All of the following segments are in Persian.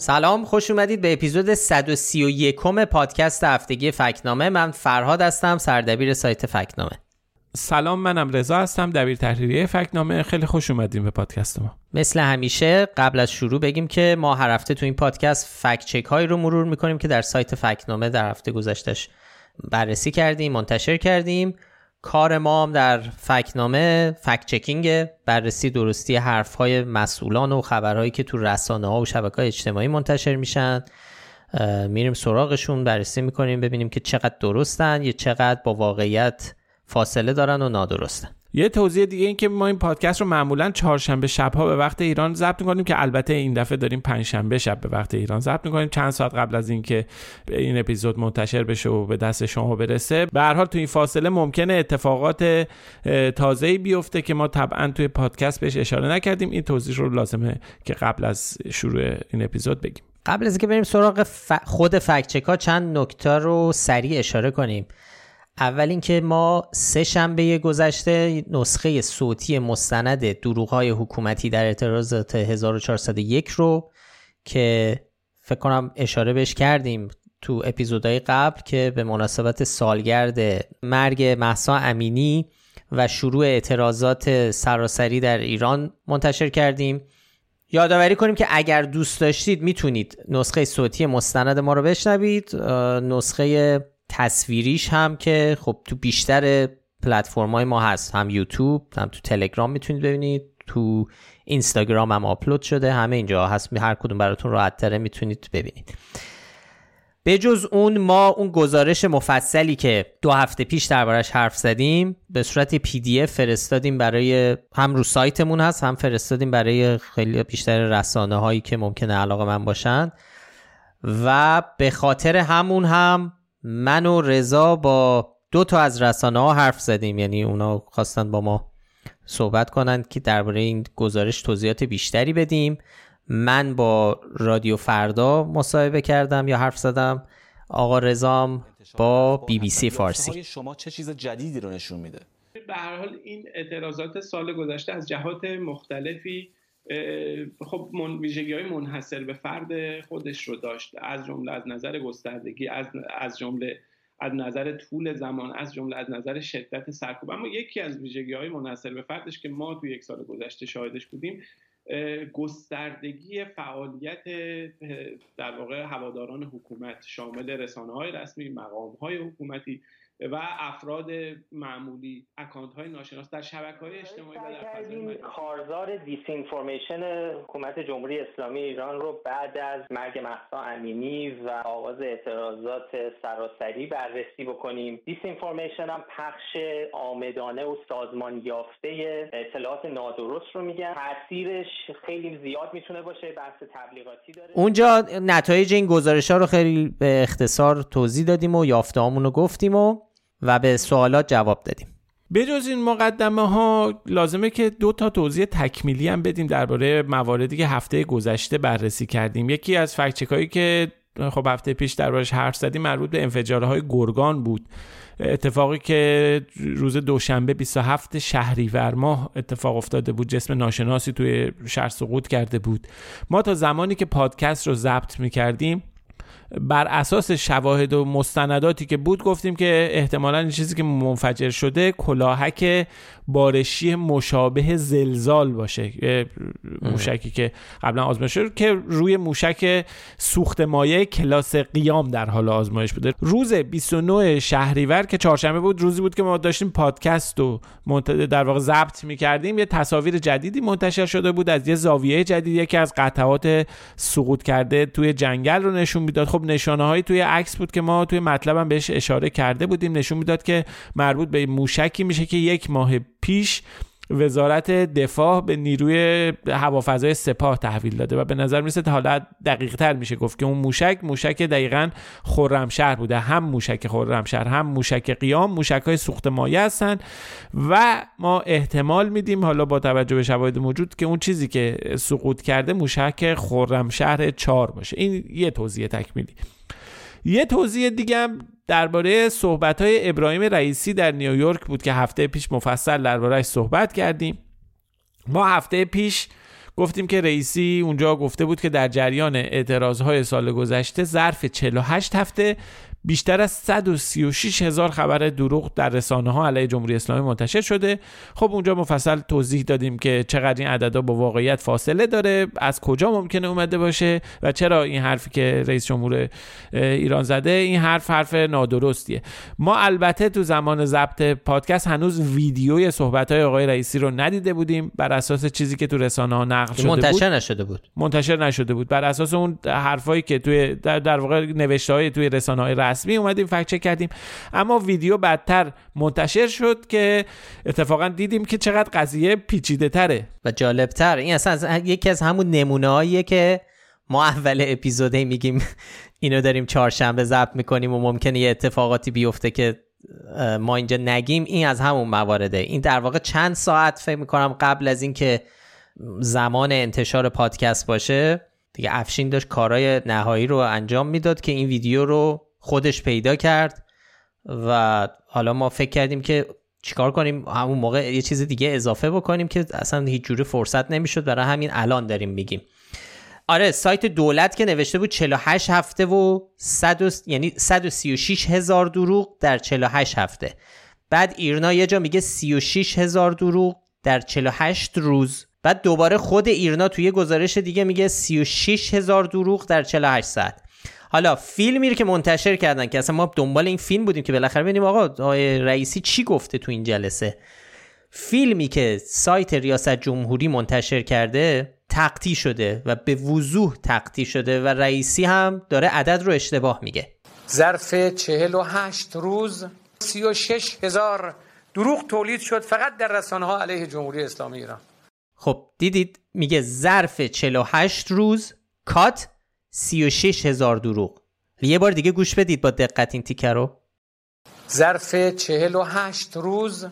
سلام، خوش اومدید به اپیزود 131 پادکست هفتگی فکت‌نامه. من فرهاد هستم، سردبیر سایت فکت‌نامه. سلام، منم رضا هستم، دبیر تحریریه فکت‌نامه. خیلی خوش اومدین به پادکست ما. مثل همیشه قبل از شروع بگیم که ما هر هفته تو این پادکست فکت چک هایی رو مرور میکنیم که در سایت فکت‌نامه در هفته گذشتهش بررسی کردیم، منتشر کردیم. کار ما هم در فکت‌نامه فکت چکینگ، بررسی درستی حرف‌های مسئولان و خبرهایی که تو رسانه‌ها و شبکه‌های اجتماعی منتشر میشن. میریم سراغشون، بررسی میکنیم ببینیم که چقدر درستن یا چقدر با واقعیت فاصله دارن و نادرستن. یه توضیح دیگه این که ما این پادکست رو معمولاً چهارشنبه شب‌ها به وقت ایران ضبط می‌کنیم که البته این دفعه داریم پنجشنبه شب به وقت ایران ضبط می‌کنیم، چند ساعت قبل از اینکه این اپیزود منتشر بشه و به دست شما برسه. به هر حال تو این فاصله ممکنه اتفاقات تازه‌ای بیفته که ما طبعاً توی پادکست بهش اشاره نکردیم. این توضیح رو لازمه که قبل از شروع این اپیزود بگیم. قبل از اینکه بریم سراغ خود فکت چک‌ها چند نکته رو سریع اشاره کنیم. اول اینکه ما سه شنبه گذشته نسخه صوتی مستند دروغ‌های حکومتی در اعتراضات 1401 رو که فکر کنم اشاره بهش کردیم تو اپیزودهای قبل که به مناسبت سالگرد مرگ مهسا امینی و شروع اعتراضات سراسری در ایران منتشر کردیم. یادآوری کنیم که اگر دوست داشتید میتونید نسخه صوتی مستند ما رو بشنوید. نسخه تصویریش هم که خب تو بیشتر پلتفرم‌های ما هست، هم یوتیوب هم تو تلگرام میتونید ببینید، تو اینستاگرام هم آپلود شده، همه اینجا هست، هر کدوم براتون راحت تره میتونید ببینید. به جز ما اون گزارش مفصلی که 2 هفته پیش دربارش حرف زدیم به صورت PDF فرستادیم، برای هم رو سایتمون هست، هم فرستادیم برای خیلی بیشتر رسانه هایی که ممکنه علاقه من باشن. و به خاطر همون هم من و رضا با 2 تا از رسانه‌ها حرف زدیم، یعنی اونا خواستن با ما صحبت کنن که درباره این گزارش توضیحات بیشتری بدیم. من با رادیو فردا مصاحبه کردم یا حرف زدم، آقا رضام با BBC فارسی. شما چه چیز جدیدی رو نشون میده؟ به هر حال این اعتراضات سال گذشته از جهات مختلفی خب ویژگی‌های منحصر به فرد خودش رو داشت، از جمله از نظر گستردگی، از جمله از نظر طول زمان، از جمله از نظر شدت سرکوب. اما یکی از ویژگی‌های منحصر به فردش که ما تو 1 سال گذشته شاهدش بودیم، گستردگی فعالیت در واقع هواداران حکومت، شامل رسانه‌های رسمی، مقام‌های حکومتی و افراد معمولی، اکانت‌های ناشناس در شبکه‌های اجتماعی و در فضای مجازی. کارزار دیسینفورمیشن حکومت جمهوری اسلامی ایران رو بعد از مرگ مهسا امینی و آغاز اعتراضات سراسری بررسی بکنیم. دیسینفورمیشن هم پخش عامدانه و سازمان یافته اطلاعات نادرست رو میگن. تاثیرش خیلی زیاد میتونه باشه، بحث تبلیغاتی داره. اونجا نتایج این گزارش‌ها رو خیلی به اختصار توضیح دادیم و یافته‌هامون رو گفتیم و به سوالات جواب دادیم. به جز این مقدمه ها لازمه که 2 تا توضیح تکمیلی هم بدیم درباره مواردی که هفته گذشته بررسی کردیم. یکی از فکت چکایی که خب هفته پیش دربارش حرف زدیم مربوط به انفجارهای گرگان بود، اتفاقی که روز دوشنبه 27 شهریور ماه اتفاق افتاده بود. جسم ناشناسی توی شهر سقوط کرده بود. ما تا زمانی که پادکست رو ضبط می‌کردیم بر اساس شواهد و مستنداتی که بود گفتیم که احتمالاً این چیزی که منفجر شده کلاهک بارشی مشابه زلزال باشه، موشکی که قبلا آزمایش شد که روی موشک سوخت مایع کلاس قیام در حال آزمایش بوده. روز 29 شهریور که چهارشنبه بود، روزی بود که ما داشتیم پادکست رو در واقع ضبط می‌کردیم، یه تصاویر جدیدی منتشر شده بود از یه زاویه جدید، یکی از قطعات سقوط کرده توی جنگل رو نشون میداد. خب نشانه‌هایی توی عکس بود که ما توی مطلبم بهش اشاره کرده بودیم، نشون میداد که مربوط به موشکی میشه که 1 ماه پیش وزارت دفاع به نیروی هوافضای سپاه تحویل داده و به نظر میسه حالا دقیق تر میشه گفت که اون موشک دقیقاً خرمشهر بوده، هم موشک خرمشهر هم موشک قیام، موشک‌های سوخت مایع هستن و ما احتمال میدیم حالا با توجه به شواهد موجود که اون چیزی که سقوط کرده موشک خرمشهر 4 باشه. این یه توضیح تکمیلی. یه توضیح دیگه هم درباره صحبت‌های ابراهیم رئیسی در نیویورک بود که هفته پیش مفصل درباره‌اش صحبت کردیم. ما هفته پیش گفتیم که رئیسی اونجا گفته بود که در جریان اعتراضهای سال گذشته ظرف 48 هفته بیشتر از 136,000 خبر دروغ در رسانه‌ها علیه جمهوری اسلامی منتشر شده. خب اونجا مفصل توضیح دادیم که چقدر این عددا با واقعیت فاصله داره، از کجا ممکنه اومده باشه و چرا این حرفی که رئیس جمهور ایران زده این حرف نادرستیه. ما البته تو زمان ضبط پادکست هنوز ویدیوی صحبت‌های آقای رئیسی رو ندیده بودیم، بر اساس چیزی که تو رسانه‌ها نقل شده منتشر نشده بود. بر اساس اون حرفایی که توی در واقع نوشته‌های توی رسانه‌های رسمی اومدیم فکت چک کردیم، اما ویدیو بعدتر منتشر شد که اتفاقا دیدیم که چقدر قضیه پیچیده تره و جالب تر. این اصلا یکی از همون نمونه‌هاییه که ما اول اپیزوده میگیم اینو داریم چهارشنبه ضبط میکنیم و ممکنه یه اتفاقاتی بیفته که ما اینجا نگیم. این از همون موارده. این در واقع چند ساعت فکر میکنم قبل از این که زمان انتشار پادکست باشه دیگه افشین داشت کارهای نهایی رو انجام میداد که این ویدیو رو خودش پیدا کرد و حالا ما فکر کردیم که چیکار کنیم، همون موقع یه چیز دیگه اضافه بکنیم که اصلا هیچ جوری فرصت نمیشد، برای همین الان داریم میگیم. آره، سایت دولت که نوشته بود 48 هفته و 136,000 دروغ در 48 هفته. بعد ایرنا یه جا میگه 36,000 دروغ در 48 روز. بعد دوباره خود ایرنا توی گزارش دیگه میگه 36,000 دروغ در 48 ساعت. حالا فیلمی که منتشر کردن که اصلا ما دنبال این فیلم بودیم که بالاخره ببینیم آقا رئیسی چی گفته تو این جلسه. فیلمی که سایت ریاست جمهوری منتشر کرده تقطیع شده و به وضوح تقطیع شده و رئیسی هم داره عدد رو اشتباه میگه. ظرف 48 روز 36,000 دروغ تولید شد فقط در رسانه‌ها علیه جمهوری اسلامی ایران. خب دیدید میگه ظرف 48 روز کات 36,000 دروغ. یه بار دیگه گوش بدید با دقت این تیکه رو. ظرف 48 روز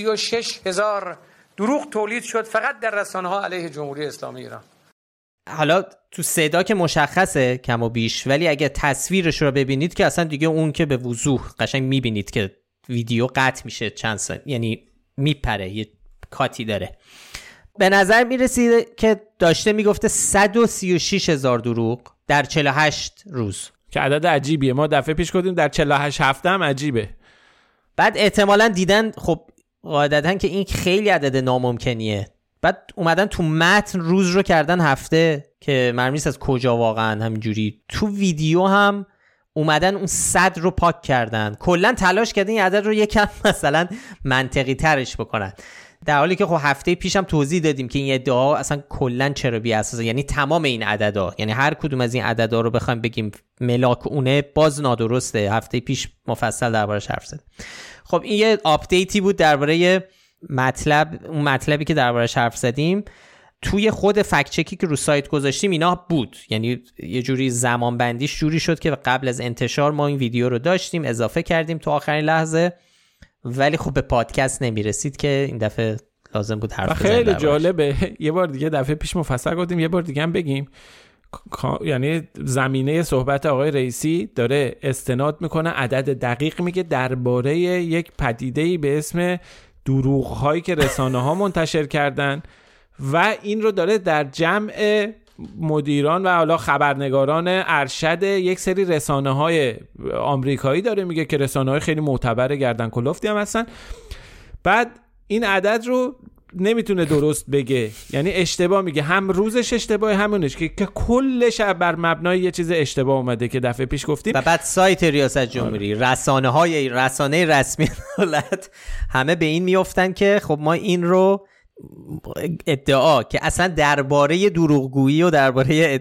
36,000 دروغ تولید شد فقط در رسانه‌ها علیه جمهوری اسلامی ایران. حالا تو صدا که مشخصه کم و بیش، ولی اگه تصویرش رو ببینید که اصلا دیگه اون که به وضوح قشنگ میبینید که ویدیو قطع میشه چند ثانیه، یعنی میپره، یه کاتی داره. به نظر میرسید که داشته میگفته 136,000 دروغ در 48 روز که عدد عجیبیه. ما دفعه پیش گفتیم در 48 هفته هم عجیبه. بعد احتمالاً دیدن خب قاعدتاً که این خیلی عدد ناممکنیه، بعد اومدن تو متن روز رو کردن هفته که معلوم نیست از کجا واقعا همینجوری. تو ویدیو هم اومدن اون 100 رو پاک کردن، کلا تلاش کردن این عدد رو یکم مثلا منطقی ترش بکنن، در حالی که خب هفته پیشم توضیح دادیم که این ادعا اصلا کلا چرا بی اساسه. یعنی تمام این عددا، یعنی هر کدوم از این عددا رو بخوایم بگیم ملاک اونه باز نادرسته. هفته پیش مفصل دربارش حرف زدیم. خب این یه آپدیتی بود درباره اون مطلبی که دربارش حرف زدیم. توی خود فکت چکی که رو سایت گذاشتیم اینا بود، یعنی یه جوری زمان بندیش جوری شد که قبل از انتشار ما این ویدیو رو داشتیم، اضافه کردیم تو آخرین لحظه، ولی خب به پادکست نمیرسید که این دفعه لازم بود حرف بزنیم. خیلی جالبه. یه بار دیگه دفعه پیش مفصل گفتیم، یه بار دیگه هم بگیم. یعنی زمینه صحبت آقای رئیسی داره استناد میکنه، عدد دقیق میگه درباره یک پدیده‌ای به اسم دروغ‌هایی که رسانه‌ها منتشر کردن و این رو داره در جمع مدیران و حالا خبرنگاران ارشد یک سری رسانه‌های آمریکایی داره میگه که رسانه‌های خیلی معتبر گردن کلفتی هم هستن. بعد این عدد رو نمیتونه درست بگه، یعنی اشتباه میگه، هم روزش اشتباه همونش که کلش بر مبنای یه چیز اشتباه اومده که دفعه پیش گفتیم. و بعد سایت ریاست جمهوری، رسانه رسمی دولت همه به این میافتن که خب ما این رو ادعا که اصلا درباره دروغگویی و درباره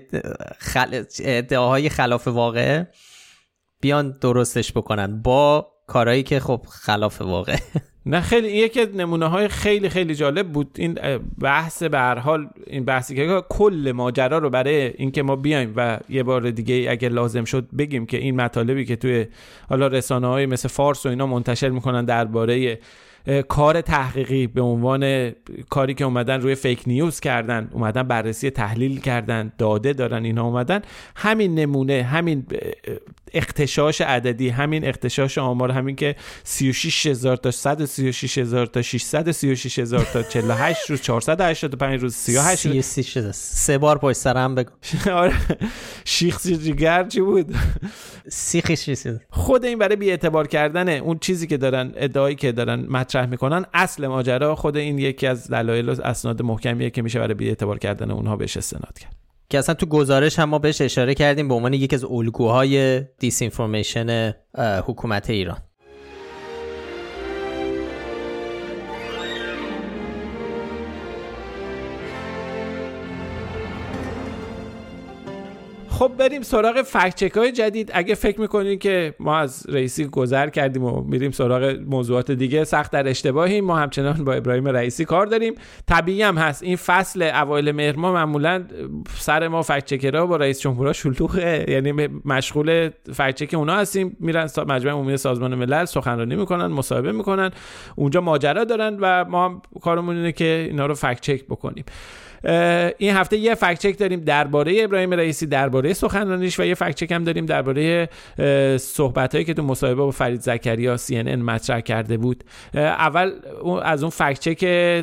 ادعاهای خلاف واقع بیان درستش بکنن با کارهایی که خب خلاف واقع. نه خیلی یکی از نمونه‌های خیلی خیلی جالب بود این بحث. به هر حال این بحثی که کل ماجرا رو برای اینکه ما بیایم و یه بار دیگه اگه لازم شد بگیم که این مطالبی که توی حالا رسانه‌های مثل فارس و اینا منتشر میکنن درباره کار تحقیقی به عنوان کاری که اومدن روی فیک نیوز کردن، اومدن بررسی تحلیل کردن، داده دارن، اینا اومدن همین نمونه، همین اغتشاش عددی، همین اغتشاش آمار، همین که 36,000 تا 136,000 تا 636,000 تا 48 روز 485 روز 38 روز 3 بار پشت سر هم بگو. آره شیخ جیگر چی بود؟ سیخش. خود این برای بی‌اعتبار کردن اون چیزی که دارن، ادعایی که دارن مطرح میکنن، اصل ماجرا خود این یکی از دلایل و اسناد محکمیه که میشه برای بی‌اعتبار کردن اونها بهش استناد کرد. که اصلا تو گزارش هم ما بهش اشاره کردیم به عنوان یکی از الگوهای دیس اینفورمیشن حکومت ایران. خب بریم سراغ فکت چک‌های جدید. اگه فکر میکنین که ما از رئیسی گذر کردیم و میریم سراغ موضوعات دیگه، سخت در اشتباهیم. ما همچنان با ابراهیم رئیسی کار داریم. طبیعی هم هست این فصل اوایل مهر ماه معمولا سر ما فکت چکرها با رئیس جمهورها شلوغه، یعنی مشغول فکت چک اونا هستیم. میرن مجمع عمومی سازمان ملل سخنرانی میکنن، مصاحبه میکنن، اونجا ماجرا دارن و ما هم کارمون اینه که اینا رو فکت چک بکنیم. این هفته یه فکت چک داریم درباره ابراهیم رئیسی، درباره سخنرانیش، و یه فکت چک هم داریم درباره صحبتایی که تو مصاحبه با فرید زکریا CNN مطرح کرده بود. اول از اون فکت چک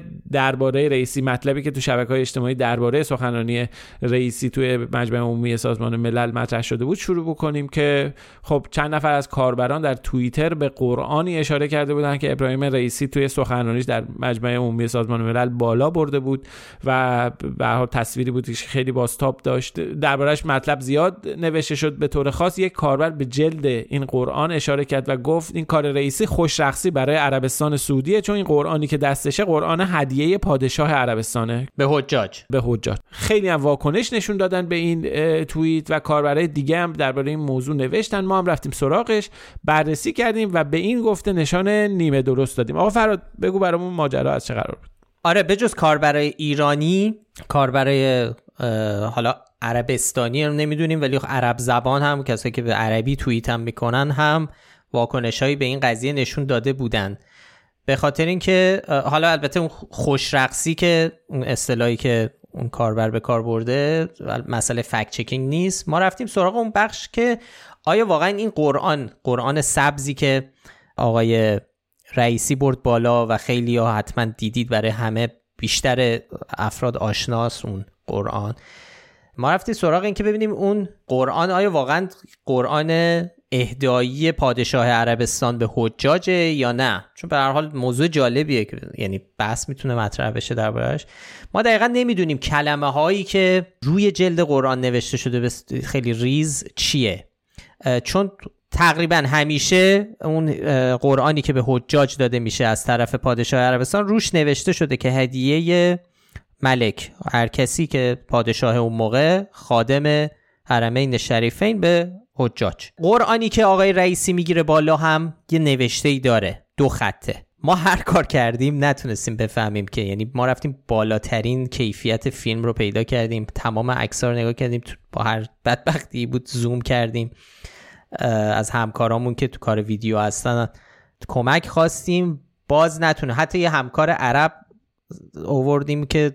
درباره رئیسی، مطلبی که تو شبکه‌های اجتماعی درباره سخنرانی رئیسی توی مجمع عمومی سازمان ملل مطرح شده بود شروع بکنیم. که خب چند نفر از کاربران در توییتر به قرآنی اشاره کرده بودن که ابراهیم رئیسی توی سخنرانیش در مجمع عمومی سازمان ملل بالا برده بود و به هر حال تصویری بود که خیلی بازتاب داشت. دربارش مطلب زیاد نوشته شد. به طور خاص یک کاربر به جلد این قرآن اشاره کرد و گفت این کار رئیسی خوش رقصی برای عربستان سعودیه، چون این قرآنی که دستشه قرآن هدیه پادشاه عربستانه به حجاج. خیلی هم واکنش نشون دادن به این توییت و کاربرای دیگه هم درباره این موضوع نوشتن. ما هم رفتیم سراغش، بررسی کردیم و به این گفته نشان نیمه درست دادیم. آقا فراد بگو برامون ماجرا از چه قرار بود؟ آره، بجز کاربرای ایرانی، کاربرای حالا عربستانی رو نمیدونیم، ولی عرب زبان هم کسایی که به عربی توییت هم میکنن هم واکنشایی به این قضیه نشون داده بودن. به خاطر اینکه حالا البته اون خوش رقصی که اون اصطلاحی که اون کاربر به کار برده مسئله فکت چکینگ نیست. ما رفتیم سراغ اون بخش که آیا واقعا این قرآن سبزی که آقای رئیسی برد بالا و خیلی ها حتما دیدید، برای همه بیشتر افراد آشناست اون قرآن، ما رفتیم سراغ این که ببینیم اون قرآن آیا واقعا قرآن اهدایی پادشاه عربستان به حجاجه یا نه. چون به هر حال موضوع جالبیه که یعنی بحث میتونه مطرح بشه دربارش. ما دقیقا نمیدونیم کلمه هایی که روی جلد قرآن نوشته شده خیلی ریز چیه، چون تقریبا همیشه اون قرآنی که به حجاج داده میشه از طرف پادشاه عربستان روش نوشته شده که هدیه ملک، هر کسی که پادشاه اون موقع، خادم حرمین شریفین به حجاج. قرآنی که آقای رئیسی میگیره بالا هم یه نوشته‌ای داره، 2 خطه. ما هر کار کردیم نتونستیم بفهمیم که، یعنی ما رفتیم بالاترین کیفیت فیلم رو پیدا کردیم، تمام عکس‌ها رو نگاه کردیم، با هر بدبختی بود زوم کردیم، از همکارامون که تو کار ویدیو هستن کمک خواستیم، باز نتونه. حتی یه همکار عرب آوردیم که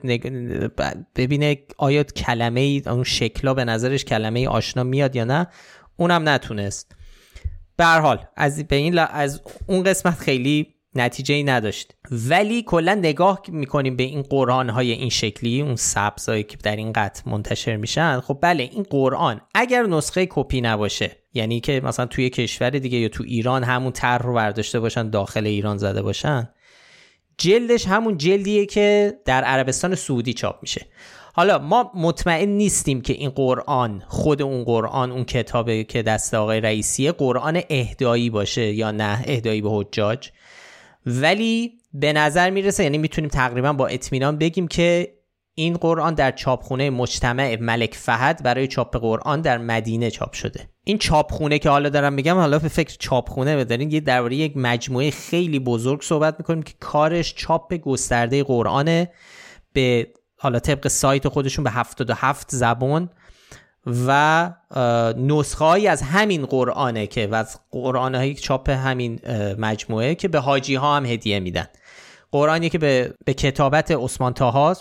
ببینه آیا کلمه ای اون شکلا به نظرش کلمه ای آشنا میاد یا نه، اونم نتونست. به هر حال از اون قسمت خیلی نتیجه ای نداشت. ولی کلا نگاه میکنیم به این قرآن های این شکلی، اون سبزایی که در این قطع منتشر میشن، خب بله این قرآن اگر نسخه کپی نباشه، یعنی که مثلا توی کشور دیگه یا تو ایران همون طرح رو برداشته باشن داخل ایران زده باشن، جلدش همون جلدیه که در عربستان سعودی چاپ میشه. حالا ما مطمئن نیستیم که این قرآن، خود اون قرآن، اون کتابی که دست آقای رئیسیه، قرآن اهدایی باشه یا نه، اهدایی به حجاج. ولی به نظر میرسه، یعنی میتونیم تقریبا با اطمینان بگیم که این قرآن در چاپخونه مجتمع ملک فهد برای چاپ قرآن در مدینه چاپ شده. این چاپخونه که حالا دارم میگم، حالا به فکر چاپخونه بدارین، یه درباره یک مجموعه خیلی بزرگ صحبت میکنیم که کارش چاپ گسترده قرآنه، به حالا طبق سایت خودشون به 77 زبان و نسخه‌ای از همین قرآنه که و از قرآن‌های چاپ همین مجموعه که به حاجی ها هم هدیه میدن. قرآنی که به کتابت عثمان طاهاست،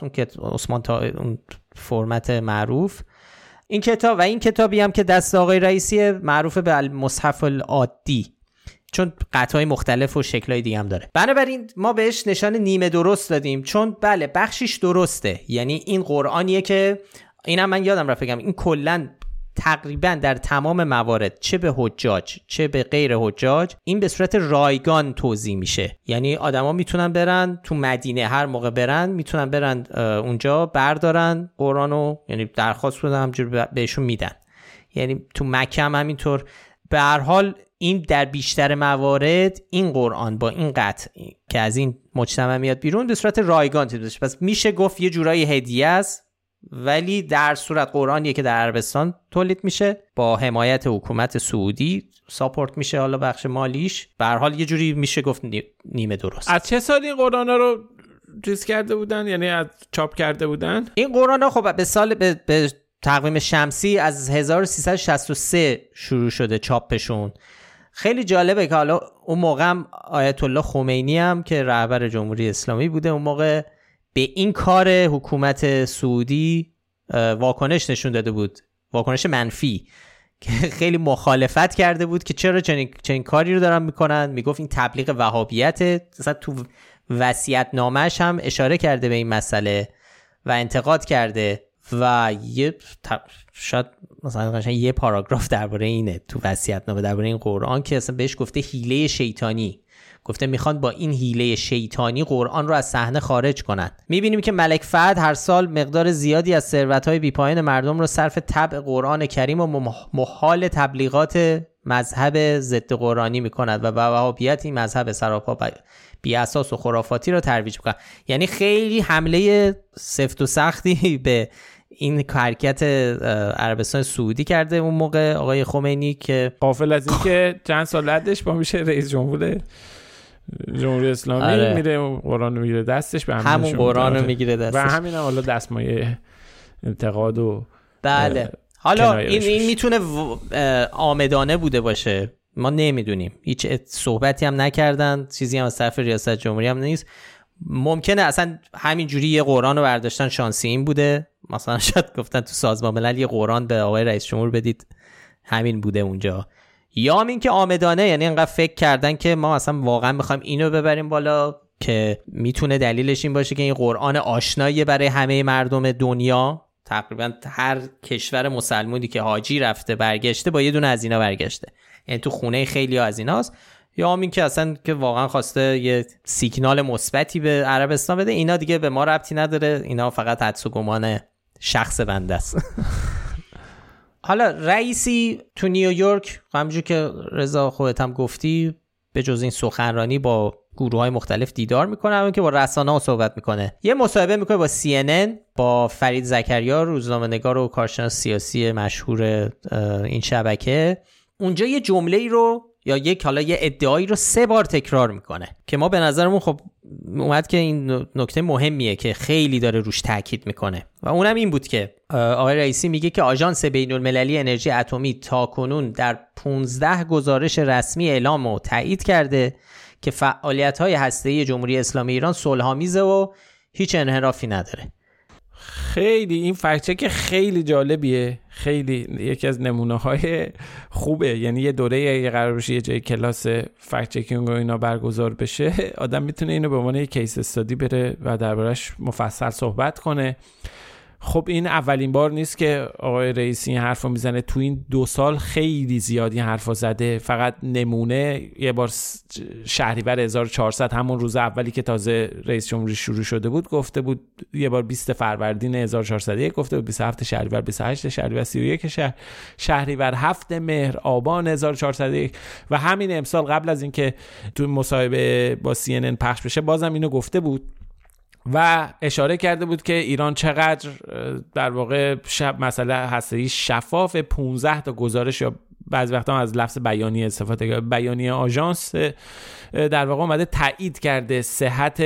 اون فرمت معروف این کتاب، و این کتابی هم که دست آقای رئیسی معروف به المصحف العادی، چون قطعای مختلف و شکلای دیگه هم داره. بنابراین ما بهش نشان نیمه درست دادیم، چون بله بخشش درسته، یعنی این قرآنیه که اینم من یادم رفت بگم، این کلن تقریبا در تمام موارد چه به حجاج چه به غیر حجاج این به صورت رایگان توزیع میشه. یعنی آدما میتونن برن تو مدینه، هر موقع برن میتونن برن اونجا بردارن قرآنو، یعنی درخواست بدن همجور بهشون میدن. یعنی تو مکه هم همینطور. به هر حال این در بیشتر موارد این قرآن با این قطع که از این مجتمع میاد بیرون به صورت رایگان توزیع میشه. پس میشه گفت یه جورایی هدیه است، ولی در صورت قرآنیه که در عربستان تولید میشه با حمایت حکومت سعودی ساپورت میشه، حالا بخش مالیش. به هر حال یه جوری میشه گفت نیمه درست. از چه سالی این قرآن رو چیز کرده بودن، یعنی از چاپ کرده بودن؟ این قرآن ها خب به سال به تقویم شمسی از 1363 شروع شده چاپشون. خیلی جالبه که حالا اون موقع هم آیت الله خمینی هم که رهبر جمهوری اسلامی بوده اون موقع به این کار حکومت سعودی واکنش نشون داده بود، واکنش منفی، که خیلی مخالفت کرده بود که چرا چنین کاری رو دارن میکنن. میگفت این تبلیغ وهابیته. مثلا تو وصیت‌نامه‌اش هم اشاره کرده به این مسئله و انتقاد کرده و شاید مثلا یه پاراگراف درباره اینه تو وصیت‌نامه درباره این قرآن که اصلا بهش گفته حیله شیطانی. گفته میخوان با این حیله شیطانی قرآن رو از صحنه خارج کنن. میبینیم که ملک فهد هر سال مقدار زیادی از ثروت‌های بی‌پایان مردم رو صرف طبع قرآن کریم و محال تبلیغات مذهب ضد قرآنی میکند و وهابیت این مذهب سراپا بی اساس و خرافاتی رو ترویج میکنه. یعنی خیلی حمله سفت و سختی به این حرکت عربستان سعودی کرده اون موقع آقای خمینی، که غافل از این که چند سال بعدش با میشه رئیس جمهور جمهوری اسلامی میره قرآن رو میگیره دستش، به همون قرآن رو میگیره دستش و همین هم حالا دستمایه انتقاد و بله. حالا این میتونه آمدانه بوده باشه، ما نمیدونیم، هیچ صحبتی هم نکردن، چیزی هم از طرف ریاست جمهوری هم نیست. ممکنه اصلا همینجوری یه قرآن رو برداشتن، شانسی این بوده، مثلا شاید گفتن تو سازمان ملل یه قرآن به آقای رئیس جمهور بدید، همین بوده اونجا. یا این که آمدانه، یعنی انقدر فکر کردن که ما اصلا واقعا میخوایم اینو ببریم بالا، که میتونه دلیلش این باشه که این قرآن آشنایی برای همه مردم دنیا، تقریبا هر کشور مسلمانی که حاجی رفته برگشته با یه دونه از اینا برگشته، یعنی تو خونه خیلی از ایناست. یا این که اصلا که واقعا خواسته یه سیگنال مثبتی به عربستان بده، اینا دیگه به ما ربطی نداره، اینا فقط حدس و گمان شخص بنده است. حالا رئیسی تو نیویورک همونجور که رضا خودت هم گفتی به جز این سخنرانی با گروه‌های مختلف دیدار میکنه، همون که با رسانه‌ها صحبت میکنه. یه مصاحبه میکنه با CNN با فرید زکریا، روزنامه‌نگار و کارشناس سیاسی مشهور این شبکه. اونجا یه جمله‌ای رو یا یه ادعایی رو 3 بار تکرار میکنه که ما به نظرمون خب اومد که این نکته مهمیه که خیلی داره روش تاکید میکنه و اونم این بود که آقای رئیسی میگه که آژانس بین‌المللی انرژی اتمی تاکنون در 15 گزارش رسمی اعلام و تایید کرده که فعالیت‌های هسته‌ای جمهوری اسلامی ایران صلح‌آمیزه و هیچ انحرافی نداره. خیلی این فکت چک خیلی جالبیه، خیلی یکی از نمونه‌های خوبه. یعنی یه دوره اگه قرار بشه یه جای کلاس فکت چکینگ و اینا برگزار بشه، آدم میتونه اینو به عنوان یک کیس استادی بره و دربارش مفصل صحبت کنه. خب این اولین بار نیست که آقای رئیسی این حرفو میزنه، تو این 2 سال خیلی زیادی حرفو زده. فقط نمونه یه بار شهریور 1400 همون روز اولی که تازه رئیس جمهوری شروع شده بود گفته بود، یه بار 20 فروردین 1401 گفته بود، 27 شهریور، 28 شهریور، 31 شهریور، 7 مهر، آبان 1401 و همین امسال قبل از اینکه تو مصاحبه با CNN پخش بشه بازم اینو گفته بود و اشاره کرده بود که ایران چقدر در واقع مسئله هسته‌ای شفاف. 15 تا گزارش یا بعضی وقتا هم از لفظ بیانیه استفاده کرده، بیانیه آژانس در واقع اومده تایید کرده صحت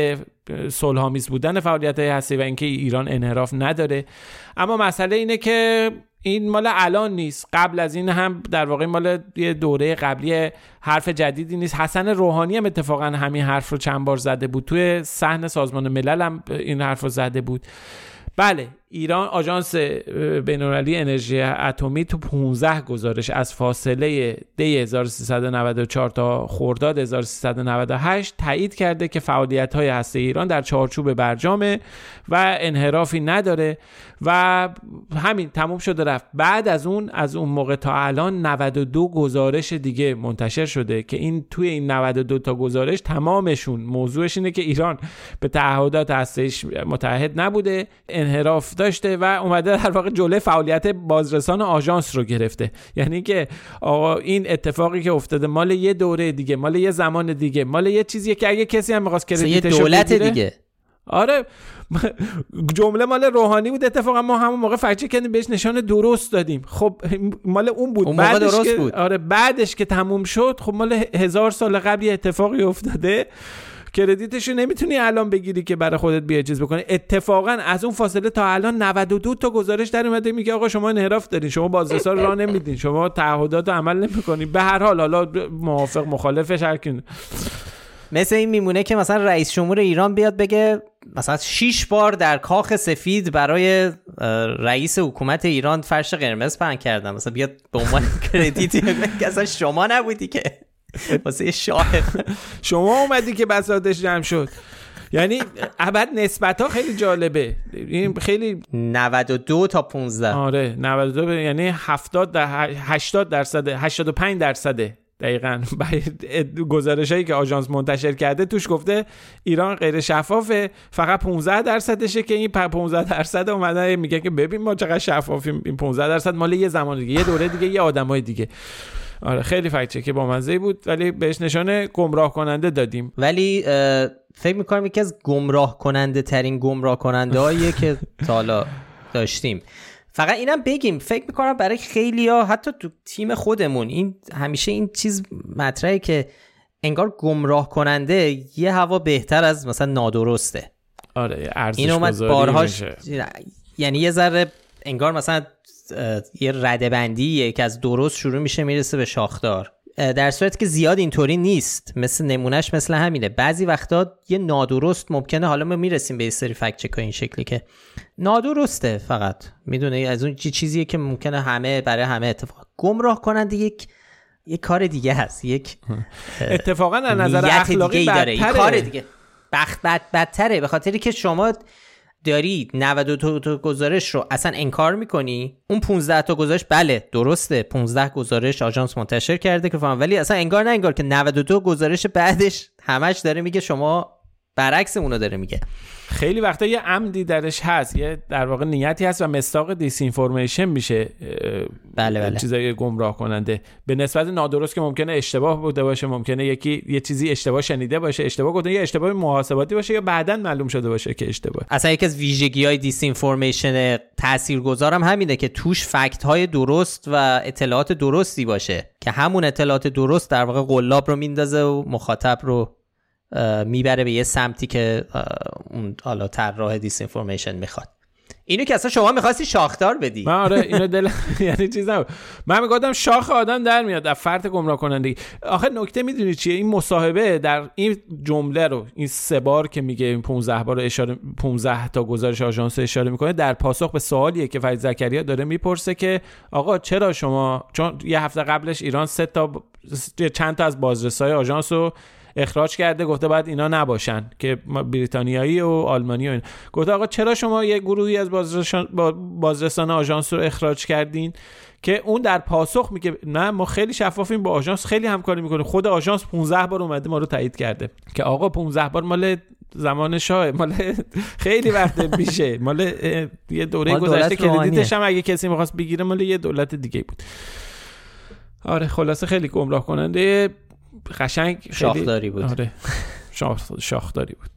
صلح‌آمیز بودن فعالیت‌های هسته‌ای و اینکه ایران انحراف نداره. اما مسئله اینه که این مال الان نیست، قبل از این هم در واقع مال یه دوره قبلی، حرف جدیدی نیست. حسن روحانی هم اتفاقا همین حرف رو چند بار زده بود، توی صحن سازمان ملل هم این حرف رو زده بود. بله، ایران آژانس بین‌المللی انرژی اتمی تو 15 گزارش از فاصله دی 1394 تا خرداد 1398 تایید کرده که فعالیت‌های هسته‌ای ایران در چارچوب برجامه و انحرافی نداره و همین تموم شده رفت. بعد از اون موقع تا الان 92 گزارش دیگه منتشر شده که این توی این 92 تا گزارش تمامشون موضوعش اینه که ایران به تعهدات هسته‌ایش متعهد نبوده، انحراف داشته و اومده در واقع جلوی فعالیت بازرسان آژانس رو گرفته. یعنی که آقا این اتفاقی که افتاده مال یه دوره دیگه، مال یه زمان دیگه، مال یه چیزیه که اگه کسی هم می‌خواست کردیتش رو دولت بگیره دیگه. آره، جمله مال روحانی بود، اتفاقا ما همون موقع فکر کردیم بهش نشان درست دادیم. خب مال اون بود، اون موقع درست که بود. آره بعدش که تموم شد، خب مال 1000 سال قبل اتفاقی افتاده، کردیتشو نمیتونی الان بگیری که برای خودت بیا چیز بکنی. اتفاقا از اون فاصله تا الان 92 تا گزارش در اومده میگه آقا شما انحراف دارین، شما بازرسا رو راه نمیدین، شما تعهدات رو عمل نمیکنین. به هر حال حالا موافق مخالفش هر کی، مثل این میمونه که مثلا رئیس جمهور ایران بیاد بگه مثلا 6 بار در کاخ سفید برای رئیس حکومت ایران فرش قرمز پهن کردم، مثلا بیاد به عنوان کردیتی بگه اصلا شما نبودی که واسه شاه شما اومدی که بساطش جمع شد. یعنی ابد نسبت ها خیلی جالبه، این خیلی 92 تا 15. آره 92 یعنی 85% دقیقاً. گزارشایی که آژانس منتشر کرده توش گفته ایران غیر شفافه، فقط 15%شه که این 15% اومدن میگه که ببین ما چقدر شفافیم، این 15% مال یه زمان دیگه، یه دوره دیگه، یه آدمای دیگه. آره خیلی فکت که با مزه بود، ولی بهش نشانه گمراه کننده دادیم. ولی فکر میکنم یکی از گمراه کننده ترین گمراه کننده هاییه که تا حالا داشتیم. فقط اینم بگیم، فکر میکنم برای خیلیا حتی تو تیم خودمون این همیشه این چیز مطرحه که انگار گمراه کننده یه هوا بهتر از مثلا نادرسته. آره ارزش این اومد گذاری بارهاش میشه. یعنی یه ذره انگار مثلا یه ردبندیه که از درست شروع میشه میرسه به شاخدار، در صورتی که زیاد اینطوری نیست. مثل نمونهش مثل همینه، بعضی وقتا یه نادرست ممکنه، حالا ما میرسیم به یه سری فکت چک این شکلی که نادرسته، فقط میدونه از اون چیزیه که ممکنه همه برای همه اتفاق. گمراه کننده یک کار دیگه هست، یک اتفاقا از نظر اخلاقی داره، این کار دیگه بدتره، به خاطری که شما داری 92 تا گزارش رو اصلا انکار میکنی، اون 15 تا گزارش بله درسته، 15 گزارش آژانس منتشر کرده که فهم، ولی اصلا انگار نه انگار که 92 گزارش بعدش همش داره میگه شما برعکس اونو داره میگه. خیلی وقتا یه عمدی درش هست، یه در واقع نیتی هست و مصداق دیس اینفورمیشن میشه. بله. چیزای گمراه کننده به نسبت نادرست که ممکنه اشتباه بوده باشه، ممکنه یکی یه چیزی اشتباه شنیده باشه، اشتباه گفته، یا اشتباه محاسباتی باشه، یا بعداً معلوم شده باشه که اشتباه. اصلا یکی از ویژگی‌های دیس اینفورمیشن تاثیرگذارم همینه که توش فکت‌های درست و اطلاعات درستی باشه، که همون اطلاعات درست در واقع قلاب رو میندازه و مخاطب رو میبره به یه سمتی که اون حالا طراح دیس اینفورمیشن میخواد. اینو که اصلا شما میخواستی شاخدار بدی. من آره اینو یعنی چیز نبود، من میگفتم شاخ آدم در میاد از فرط گمراه کنندگی. آخه نکته میدونی چیه؟ این مصاحبه در این جمله رو، این 3 بار که میگه، این 15 بار اشاره، 15 تا گزارش آژانس اشاره میکنه، در پاسخ به سوالیه که فرید زکریا داره میپرسه که آقا چرا شما، چون یه هفته قبلش ایران چند تا از بازرسای آژانس رو اخراج کرده، گفته باید اینا نباشن که بریتانیایی و آلمانی و این. گفته آقا چرا شما یک گروهی از بازرسان آژانس رو اخراج کردین؟ که اون در پاسخ میگه نه ما خیلی شفافیم، با آژانس خیلی همکاری میکنیم، خود آژانس 15 بار اومده ما رو تایید کرده. که آقا 15 بار مال زمان شاه، مال خیلی وقت میشه، مال یه دوره گذشته که کردیتش هم اگه کسی می‌خواست بگیره مال یه دولت دیگه بود. آره خلاصه خیلی گمراه کننده، قشنگ شاخداری بود. آره شاخداری بود.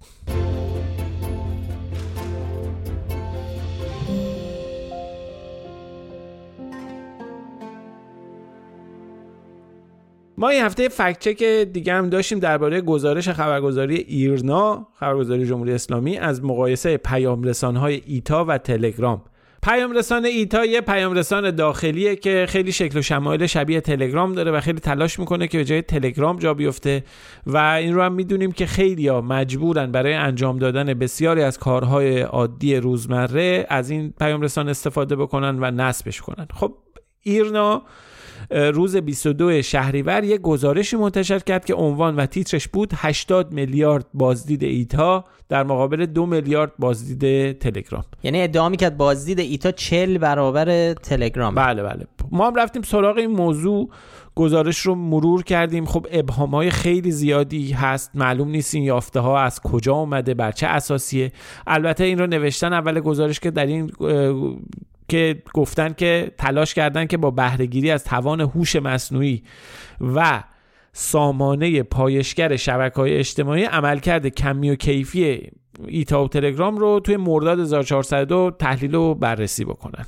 ما این هفته فکت چک دیگه هم داشتیم درباره گزارش خبرگزاری ایرنا، خبرگزاری جمهوری اسلامی، از مقایسه پیام رسان‌های ایتا و تلگرام. پیام رسان ایتا یه پیام رسان داخلیه که خیلی شکل و شمایل شبیه تلگرام داره و خیلی تلاش میکنه که به جای تلگرام جا بیفته و این رو هم میدونیم که خیلی‌ها مجبورن برای انجام دادن بسیاری از کارهای عادی روزمره از این پیام رسان استفاده بکنن و نصبش کنن. خب ایرنا روز 22 شهریور یک گزارشی منتشر کرد که عنوان و تیترش بود 80 میلیارد بازدید ایتا در مقابل 2 میلیارد بازدید تلگرام. یعنی ادعا می‌کرد بازدید ایتا 40 برابر تلگرام. بله. ما هم رفتیم سراغ این موضوع، گزارش رو مرور کردیم. خب ابهام‌های خیلی زیادی هست، معلوم نیست این یافته‌ها از کجا اومده، بر چه اساسیه. البته این رو نوشتن اول گزارش که در این که گفتن که تلاش کردن که با بهره‌گیری از توان هوش مصنوعی و سامانه پایشگر شبکه‌های اجتماعی عملکرد کمی و کیفی ایتا و تلگرام رو توی مرداد 1402 تحلیل و بررسی بکنن.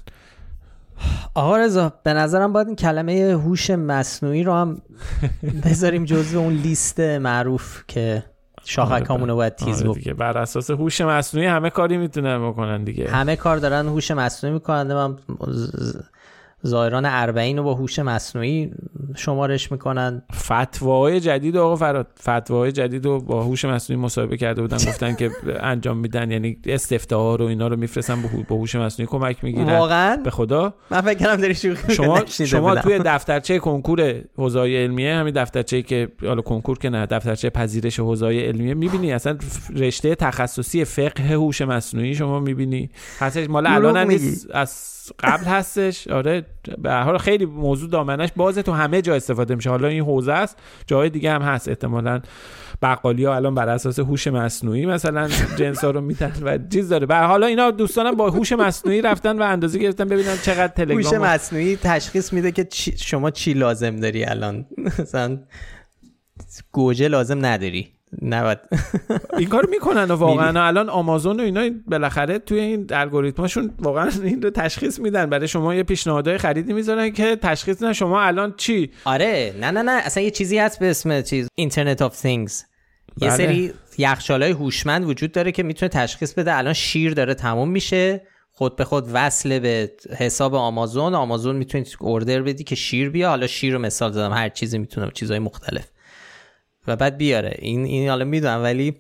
آقا رضا به نظرم باید این کلمه هوش مصنوعی رو هم بذاریم جزو اون لیست معروف که شاخکامونو باید تیز دیگه. بر اساس هوش مصنوعی همه کاری میتونن بکنن دیگه، همه کار دارن هوش مصنوعی میکنن. من ظاهران 40 رو با هوش مصنوعی شمارش میکنن. فتواهای جدید آقا فراد، فتواهای جدید رو با هوش مصنوعی مصاحبه کرده بودن، گفتن که انجام میدن، یعنی استفتاها رو اینا رو میفرستن با هوش مصنوعی کمک میگیرن. واقعا به خدا من فکر کردم داری شما توی دفترچه کنکور حوزه‌های علمیه، همین دفترچه‌ای که حالا کنکور که نه، دفترچه پذیرش حوزه‌های علمیه، میبینی اصلا رشته تخصصی فقه هوش مصنوعی شما میبینی هستش، مال الان نیست، از قبل هستش. آره به هر حال خیلی موضوع دامنش بازه، تو همه جا استفاده میشه. حالا این حوزه است، جای دیگه هم هست، احتمالاً بقالیا الان بر اساس هوش مصنوعی مثلا جنسا رو میتن و چیز داره. به هر حال اینا دوستانم با هوش مصنوعی رفتن و اندازه گرفتن ببینن چقدر تلگرام هوش مصنوعی تشخیص میده که شما چی لازم داری الان، مثلا گوجه لازم نداری. نباید این کارو میکنن و واقعا الان آمازون و اینا بالاخره توی این الگوریتماشون واقعا این رو تشخیص میدن، برای شما یه پیشنهادهای خریدی میذارن که تشخیص بدن شما الان چی. آره نه اصلا یه چیزی هست به اسم چیز اینترنت آف things. یه سری یخچالای هوشمند وجود داره که میتونه تشخیص بده الان شیر داره تموم میشه، خود به خود وصل به حساب آمازون میتونید اوردر بدی که شیر بیا. حالا شیر رو مثال زدم، هر چیزی میتونه، چیزای مختلف و بعد بیاره. این حالا میدونم، ولی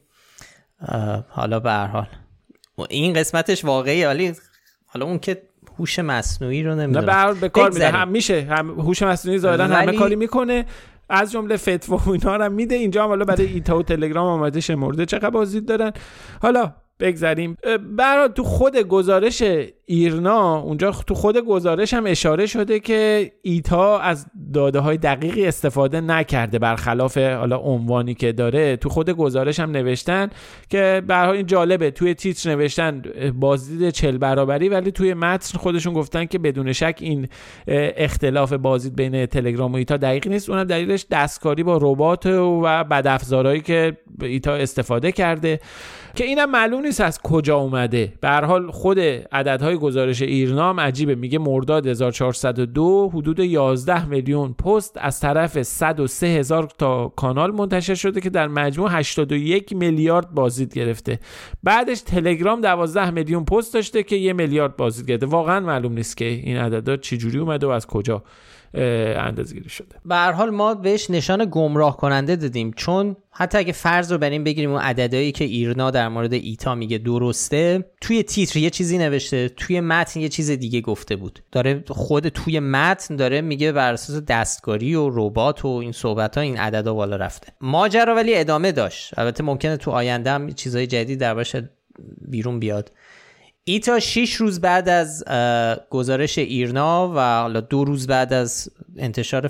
حالا به هر حال این قسمتش واقعیه، ولی حالا اون که هوش مصنوعی رو نمیدونم به کار میده. هم میشه، هم هوش مصنوعی ظاهرا همه کاری میکنه، از جمله فتوا و اینا رو میده. اینجا هم حالا برای ایتا و تلگرام آماده شمرده چقدر بازدید دارن. حالا بگذاریم. برای تو خود گزارش ایرنا، اونجا تو خود گزارش هم اشاره شده که ایتا از داده‌های دقیقی استفاده نکرده، برخلاف حالا عنوانی که داره. تو خود گزارش هم نوشتن که به هر حال این جالبه، توی تیتر نوشتن بازدید 40 برابری، ولی توی متن خودشون گفتن که بدون شک این اختلاف بازدید بین تلگرام و ایتا دقیق نیست. اونم دلیلش دستکاری با ربات و بدافزارهایی که ایتا استفاده کرده که اینم معلوم نیست از کجا اومده. به هر حال خود عددهای گزارش ایرنا هم عجیبه، میگه مرداد 1402 حدود 11 میلیون پست از طرف 103,000 تا کانال منتشر شده که در مجموع 81 میلیارد بازدید گرفته. بعدش تلگرام 12 میلیون پست داشته که 1 میلیارد بازدید گرفته. واقعا معلوم نیست که این عددا چجوری اومده و از کجا اندازه‌گیری شده. به هر حال ما بهش نشان گمراه کننده دادیم، چون حتی اگه فرض رو بریم بگیریم اون عددهایی که ایرنا در مورد ایتا میگه درسته، توی تیتر یه چیزی نوشته، توی متن یه چیز دیگه گفته بود. داره خود توی متن داره میگه بر اساس دستکاری و ربات و این صحبت‌ها این عددا بالا رفته. ماجرا ولی ادامه داشت. البته ممکنه تو آینده هم چیزای جدید دربارش بیرون بیاد. ایتا 6 روز بعد از گزارش ایرنا و حالا 2 روز بعد از انتشار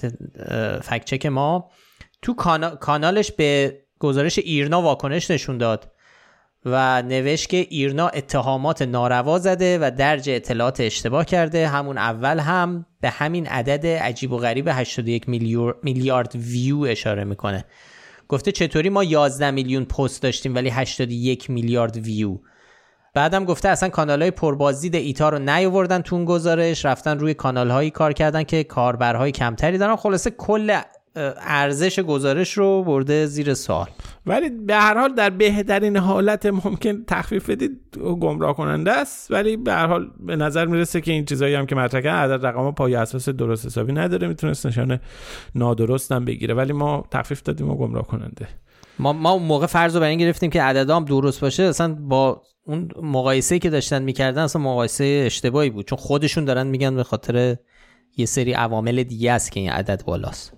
فکت چک ما تو کانالش به گزارش ایرنا واکنش نشون داد و نوشت که ایرنا اتهامات ناروا زده و درج اطلاعات اشتباه کرده. همون اول هم به همین عدد عجیب و غریب 81 میلیارد ویو اشاره میکنه. گفته چطوری ما 11 میلیون پست داشتیم ولی 81 میلیارد ویو. بعدم گفته اصلا کانال‌های پربازدید ایتا رو نیاوردن تو اون گزارش، رفتن روی کانال‌هایی کار کردن که کاربرهای کمتری دارن. خلاصه کل ارزش گزارش رو برده زیر سوال. ولی به هر حال در بهترین حالت ممکن تخفیف بدید گمراه کننده است، ولی به هر حال به نظر میرسه که این چیزایی هم که مطرح کردن عدد رقم‌ها پای اساس درست حسابی نداره، میتونست نشانه نادرست هم بگیره، ولی ما تخفیف دادیم و گمراه کننده. ما اون موقع فرض رو بر این گرفتیم که عددا هم درست باشه، اصلا با اون مقایسه‌ای که داشتن می‌کردن اصلا مقایسه اشتباهی بود، چون خودشون دارن میگن به خاطر یه سری عوامل دیگه است که این عدد بالاست.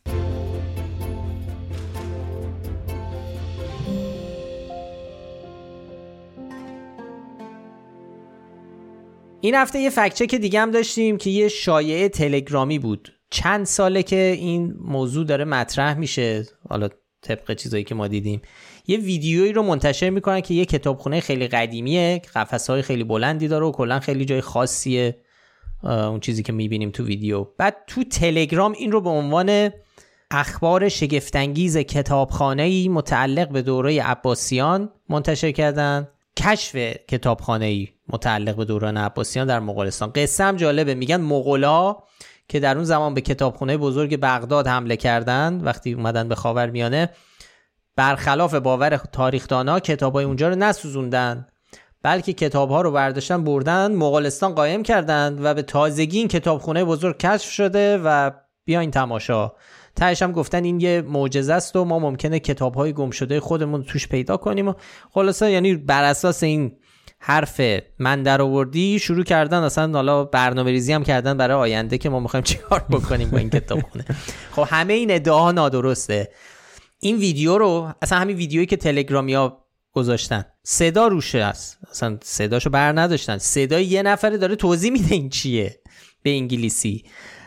این هفته یه فکت چک دیگه هم داشتیم که یه شایعه تلگرامی بود. چند ساله که این موضوع داره مطرح میشه، حالا طبق چیزایی که ما دیدیم یه ویدیویی رو منتشر میکنن که یه کتابخونه خیلی قدیمیه، قفسه‌های خیلی بلندی داره و کلا خیلی جای خاصیه، اون چیزی که میبینیم تو ویدیو. بعد تو تلگرام این رو به عنوان اخبار شگفت‌انگیز کتابخانه‌ای متعلق به دوره عباسیان منتشر کردن. کشف کتابخانه‌ای متعلق به دوران عباسیان در مغولستان. قصه هم جالبه، میگن مغول‌ها که در اون زمان به کتابخانه بزرگ بغداد حمله کردن وقتی اومدن به خاورمیانه، برخلاف باور تاریخ‌دانا کتابای اونجا رو نسوزوندن، بلکه کتاب‌ها رو برداشتن بردن مغولستان قایم کردن و به تازگی این کتابخانه بزرگ کشف شده و بیاین تماشا. تهش هم گفتن این یه معجزه است و ما ممکنه کتاب‌های گم شده خودمون توش پیدا کنیم و خلاصه یعنی بر اساس این حرف من در آوردی شروع کردن اصلا حالا برنامه‌ریزی هم کردن برای آینده که ما می‌خوایم چیکار بکنیم با این کتابخونه. خب همه این ادعاها نادرسته. این ویدیو رو اصلا همین ویدیویی که تلگرامیا گذاشتن صدا روش است، اصلا صداشو بر نداشتن، صدای یه نفره داره توضیح میده این چیه به انگلیسی،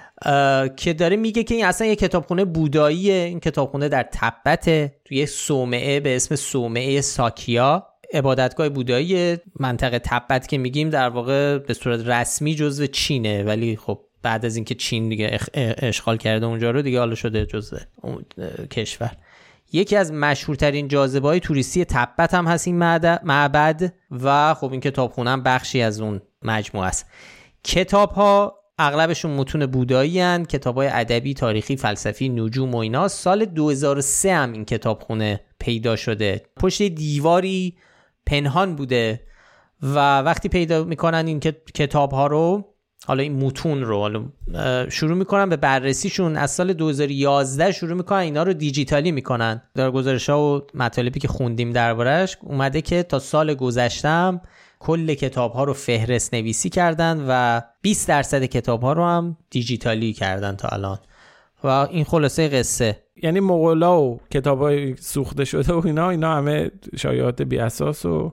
که داره میگه که این اصلا یه کتابخونه بوداییه. این کتابخونه در تبته توی یه صومعه به اسم صومعه ساکیا، عبادتگاه بودایی منطقه تبت که میگیم در واقع به صورت رسمی جزو چینه، ولی خب بعد از اینکه چین دیگه اشغال کرده اونجا رو دیگه حالا شده جزو اون کشور. یکی از مشهورترین جاذبه‌های توریستی تبت هم هست این معبد و خب این کتابخونه هم بخشی از اون مجموعه است. کتاب‌ها اغلبشون متون بودایی هستند، کتاب‌های ادبی، تاریخی، فلسفی، نجوم و اینا. سال 2003 هم این کتابخونه پیدا شده، پشت دیواری پنهان بوده و وقتی پیدا میکنن این کتاب‌ها رو، حالا این متون رو حالا شروع میکنن به بررسیشون، از سال 2011 شروع میکنن اینا رو دیجیتالی میکنن. در گزارش‌ها و مطالبی که خوندیم دربارش اومده که تا سال گذشته کل کتاب‌ها رو فهرست نویسی کردن و 20% کتاب‌ها رو هم دیجیتالی کردن تا الان. و این خلاصه قصه. یعنی مغولا و کتابای سوخته شده و اینا همه شایعات بی اساس و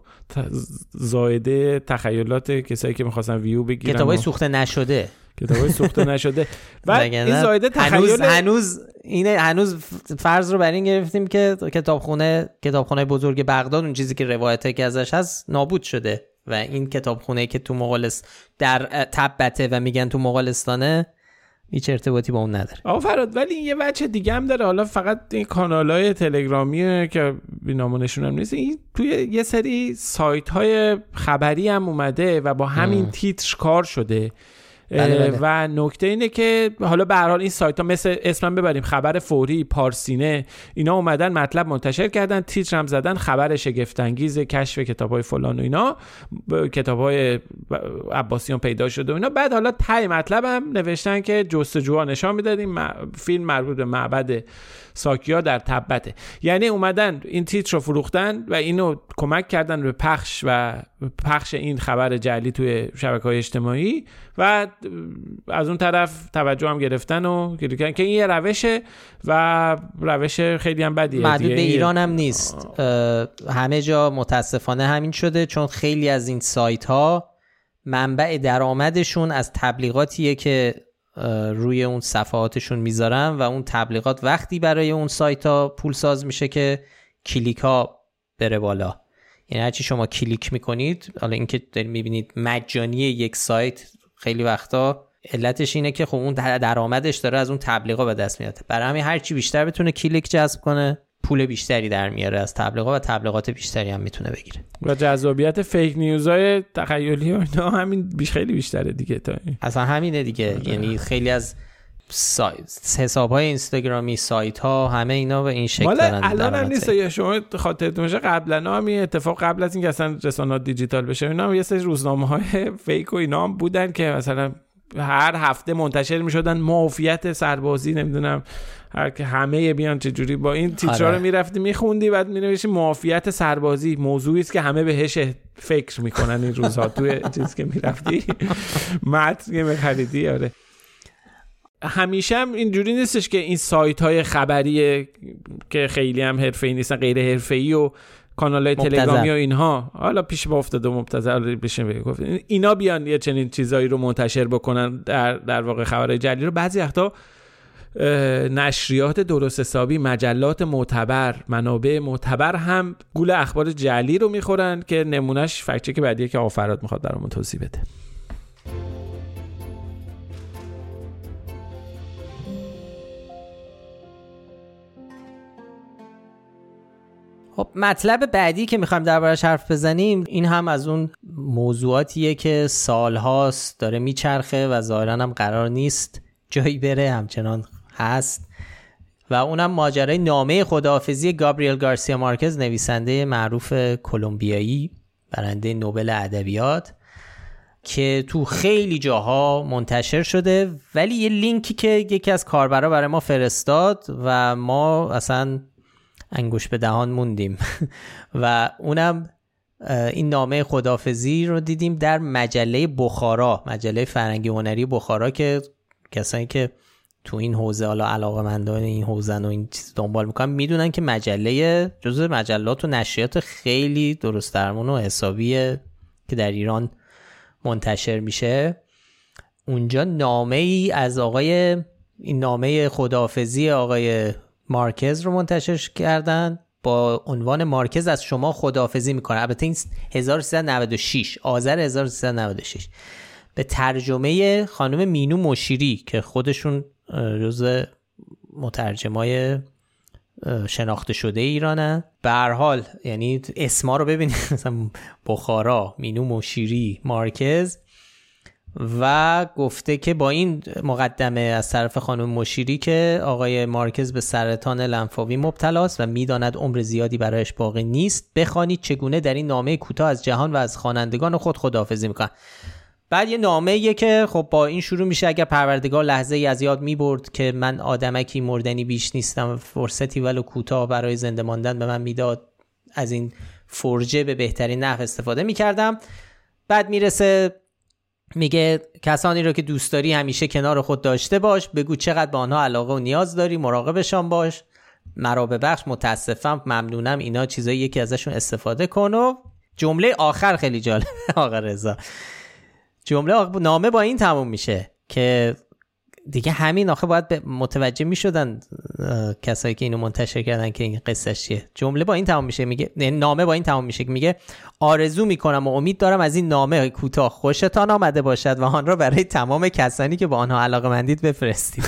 زائده تخیلات کسایی که می‌خواستن ویو بگیرن. کتابای سوخته نشده. کتابای سوخته نشده. و این زائده تخیل هنوز فرض رو بر این گرفتیم که کتابخونه بزرگ بغداد اون چیزی که روایته که ازش هست نابود شده و این کتابخونه که تو مغولستان در تبته و میگن تو مغولستانه هیچ ارتباطی با اون نداره. آقا فراد، ولی یه بچه دیگه هم داره، حالا فقط این کانال‌های تلگرامیه که بینامونشون هم نیست، این توی یه سری سایت‌های خبری هم اومده و با همین تیتر کار شده. بله. و نکته اینه که حالا به هر حال این سایت ها مثل اسمم ببریم خبر فوری، پارسینه، اینا اومدن مطلب منتشر کردن، تیتر هم زدن خبر شگفت انگیز کشف کتابای فلان و اینا، کتابای عباسیان پیدا شده و اینا. بعد حالا ته مطلب هم نوشتن که جستجوها نشان میدادیم فیلم مربوط به معبد ساکیا در تبته. یعنی اومدن این تیتر رو فروختن و اینو کمک کردن به پخش این خبر جعلی توی شبکه‌های اجتماعی و از اون طرف توجه هم گرفتن و کردن که این یه روشه و روش خیلی هم بدیه. محدود به ایران هم نیست، همه جا متاسفانه همین شده، چون خیلی از این سایت ها منبع درآمدشون از تبلیغاتیه که روی اون صفحاتشون میذارن و اون تبلیغات وقتی برای اون سایت ها پول ساز میشه که کلیک ها بره بالا. یعنی هرچی شما کلیک میکنید، حالا اینکه دارید میبینید مجانی یک سایت، خیلی وقتا علتش اینه که خب اون درآمدش داره از اون تبلیغا به دست میاد. برای همین هرچی بیشتر بتونه کلیک جذب کنه پول بیشتری در میاره از تبلیغات و تبلیغات بیشتری هم میتونه بگیره. و جذابیت فیک نیوزهای تخیلی و اینا همین خیلی بیشتره دیگه. تا این اصلا همینه دیگه. یعنی خیلی از حساب‌های اینستاگرامی، سایت‌ها، همه اینا به این شکل دارن. الان هم نیست یا شما خاطرتون باشه قبلا هم این اتفاق قبل از اینکه اصلا رسانه‌ها دیجیتال بشه اینا هم یه سری روزنامه‌های فیک و اینا هم بودن که مثلا هر هفته منتشر می‌شدن معافیت سربازی، نمیدونم هر که همه بیان چه جوری با این تیترا رو میرفتی میخوندی بعد مینوشتی معافیت سربازی، موضوعی است که همه بهش فکر میکنن این روزها توی چیزی که میرفتی متن می‌خریدی. آره همیشه هم اینجوری نیستش که این سایت‌های خبری که خیلی هم حرفه‌ای نیستن، غیر حرفه‌ای و کانال‌های تلگرامی و اینها حالا پیش با افتاده و مبتذل بشه گفت اینا بیان یه چنین چیزایی رو منتشر بکنن در واقع خبرهای جعلی رو. بعضی وقتا نشریات درست حسابی، مجلات معتبر، منابع معتبر هم گول اخبار جعلی رو میخورن که نمونهش فکت چک بعدیه که آفراد میخواد برامون توضیح بده. خب مطلب بعدی که میخوایم دربارش حرف بزنیم این هم از اون موضوعاتیه که سالهاست داره میچرخه و ظاهراً هم قرار نیست جایی بره، همچنان هست و اونم ماجرای نامه خداحافظی گابریل گارسیا مارکز، نویسنده معروف کلمبیایی، برنده نوبل ادبیات، که تو خیلی جاها منتشر شده ولی یه لینکی که یکی از کاربرا برای ما فرستاد و ما اصلا انگوش به دهان موندیم و اونم این نامه خداحافظی رو دیدیم در مجله بخارا، مجله فرهنگی هنری بخارا، که کسانی که تو این حوزه حالا علاقه‌مندان این حوزه و این چیز دنبال میکنن میدونن که مجله جزو مجلات و نشریات خیلی درست درمون و حسابیه که در ایران منتشر میشه. اونجا نامه ای از این نامه خداحافظی آقای مارکز رو منتشر کردن با عنوان مارکز از شما خداحافظی میکنه. البته این 1396 آذر 1396 به ترجمه خانم مینو مشیری که خودشون جزو مترجمای شناخته شده ایرانن. به هر حال یعنی اسما رو ببینید مثلا بخارا، مینو مشیری، مارکز، و گفته که با این مقدمه از طرف خانم مشیری که آقای مارکز به سرطان لنفاوی مبتلاست و میداند عمر زیادی برایش باقی نیست، بخوانید چگونه در این نامه کوتاه از جهان و از خوانندگان خود خداحافظی میکنن. بعد یه نامه‌ایه که خب با این شروع میشه: اگر پروردگار لحظه‌ای از یاد میبرد که من آدمکی مردنی بیش نیستم، فرصتی ولو کوتاه برای زنده ماندن به من میداد، از این فرجه به بهترین نحو استفاده میکردم. بعد میرسه میگه کسانی رو که دوست داری همیشه کنار خود داشته باش، بگو چقدر به آنها علاقه و نیاز داری، مراقبشان باش، مرا ببخش، متاسفم، ممنونم، اینا چیزاییه که ازشون استفاده کن. و جمله آخر خیلی جالبه آقا رضا، نامه با این تموم میشه که دیگه همین آخه باید متوجه میشدن کسایی که اینو منتشر کردن که این قصهش چیه. جمله با این تموم میشه، میگه نامه با این تموم میشه که میگه آرزو میکنم و امید دارم از این نامه کوتاه خوشتان آمده باشد و آن را برای تمام کسانی که با آنها علاقه‌مندید بفرستید.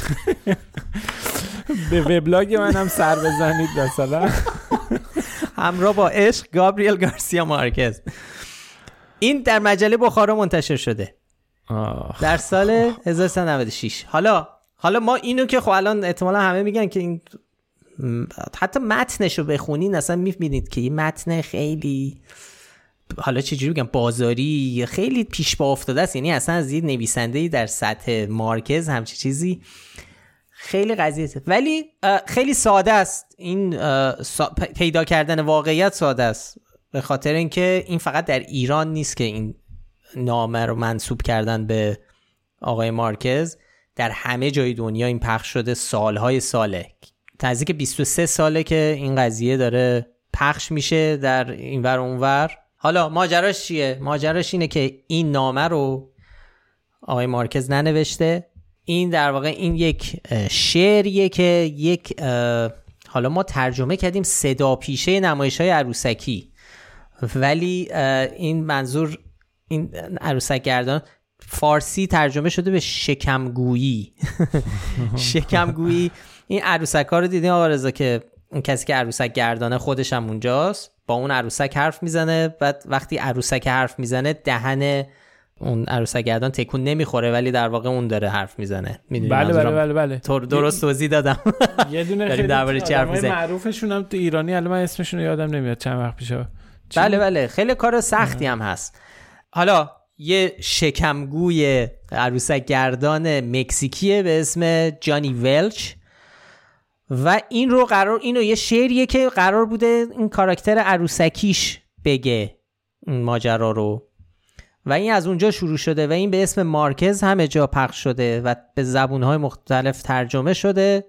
به وبلاگ من هم سر بزنید مثلا. همراه با عشق، گابریل گارسیا مارکز. این در مجله بخارا منتشر شده در سال 1396. حالا ما اینو که خب الان احتمالا همه میگن که این حتی متنشو بخونین اصلا میبینید که این متن خیلی حالا چجوری بگم بازاری، خیلی پیش با افتاده است. یعنی اصلا از یه نویسنده‌ای در سطح مارکز همچی چیزی خیلی قضیه، ولی خیلی ساده است. این پیدا کردن واقعیت ساده است، به خاطر اینکه این فقط در ایران نیست که این نامه رو منسوب کردن به آقای مارکز، در همه جای دنیا این پخش شده. سالهای ساله، نزدیک 23 ساله که این قضیه داره پخش میشه در اینور اونور. حالا ماجراش چیه؟ ماجراش اینه که این نامه رو آقای مارکز ننوشته. این در واقع این یک شعریه که یک حالا ما ترجمه کردیم صدا پیشه نمایش‌های عروسکی، ولی این منظور این عروسک گردان فارسی ترجمه شده به شکمگویی. شکمگویی. این عروسک ها رو دیدین آقا رضا که اون کسی که عروسک گردانه خودش هم اونجاست، با اون عروسک حرف میزنه، بعد وقتی عروسک حرف میزنه دهن اون عروسک گردان تکون نمیخوره ولی در واقع اون داره حرف میزنه. بله. درست توضیح دادم. یه دونه خیلی معروفشون هم تو ایرانی الان من اسمشون رو یادم نمیاد چند وقت پیش. بله خیلی کار سختی هم هست. حالا یه شکمگوی عروسک گردان مکزیکیه به اسم جانی ولچ و اینو یه شعریه که قرار بوده این کاراکتر عروسکیش بگه این ماجرا رو و این از اونجا شروع شده و این به اسم مارکز همه جا پخش شده و به زبونهای مختلف ترجمه شده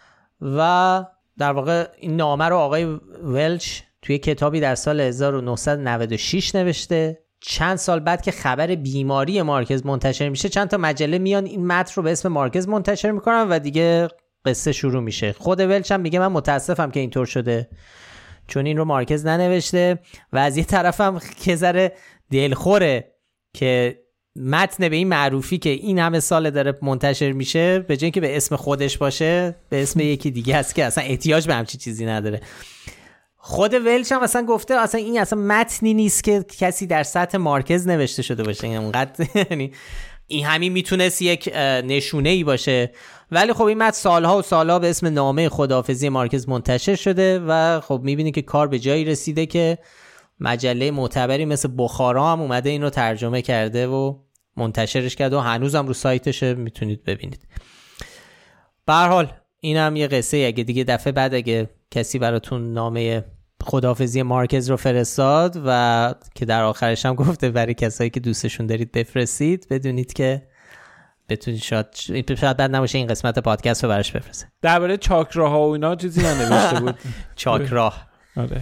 و در واقع این نامه رو آقای ولچ توی کتابی در سال 1996 نوشته. چند سال بعد که خبر بیماری مارکز منتشر میشه چند تا مجله میان این متن رو به اسم مارکز منتشر میکنن و دیگه قصه شروع میشه. خود ولچ هم میگه من متاسفم که اینطور شده چون این رو مارکز ننوشته و از یه طرفم که ذره دلخوره که متن به این معروفی که این همه سال داره منتشر میشه به جای اینکه به اسم خودش باشه به اسم یکی دیگه است که اصلا احتیاج به همچین چیزی نداره. خود ولچ هم اصلا گفته اصلا این اصلا متنی نیست که کسی در سطح مارکز نوشته شده باشه، اینقدر یعنی این همین میتونست یک نشونه‌ای باشه ولی خب این متن سالها و سالها به اسم نامه خداحافظی مارکز منتشر شده و خب میبینی که کار به جایی رسیده که مجله معتبری مثل بخارا هم اومده اینو ترجمه کرده و منتشرش کرده و هنوزم رو سایتش میتونید ببینید. به هر حال اینم یه قصه. اگه دیگه دفعه بعد اگه کسی براتون نامه خداحافظی مارکز رو فرستاد و که در آخرش هم گفته برای کسایی که دوستشون دارید بفرستید بدونید که بتونید شاید بعد نباشه این قسمت پادکست رو براش بفرسته. درباره چاکراها و اینا چیزی ننوشته بود. چاکراه آره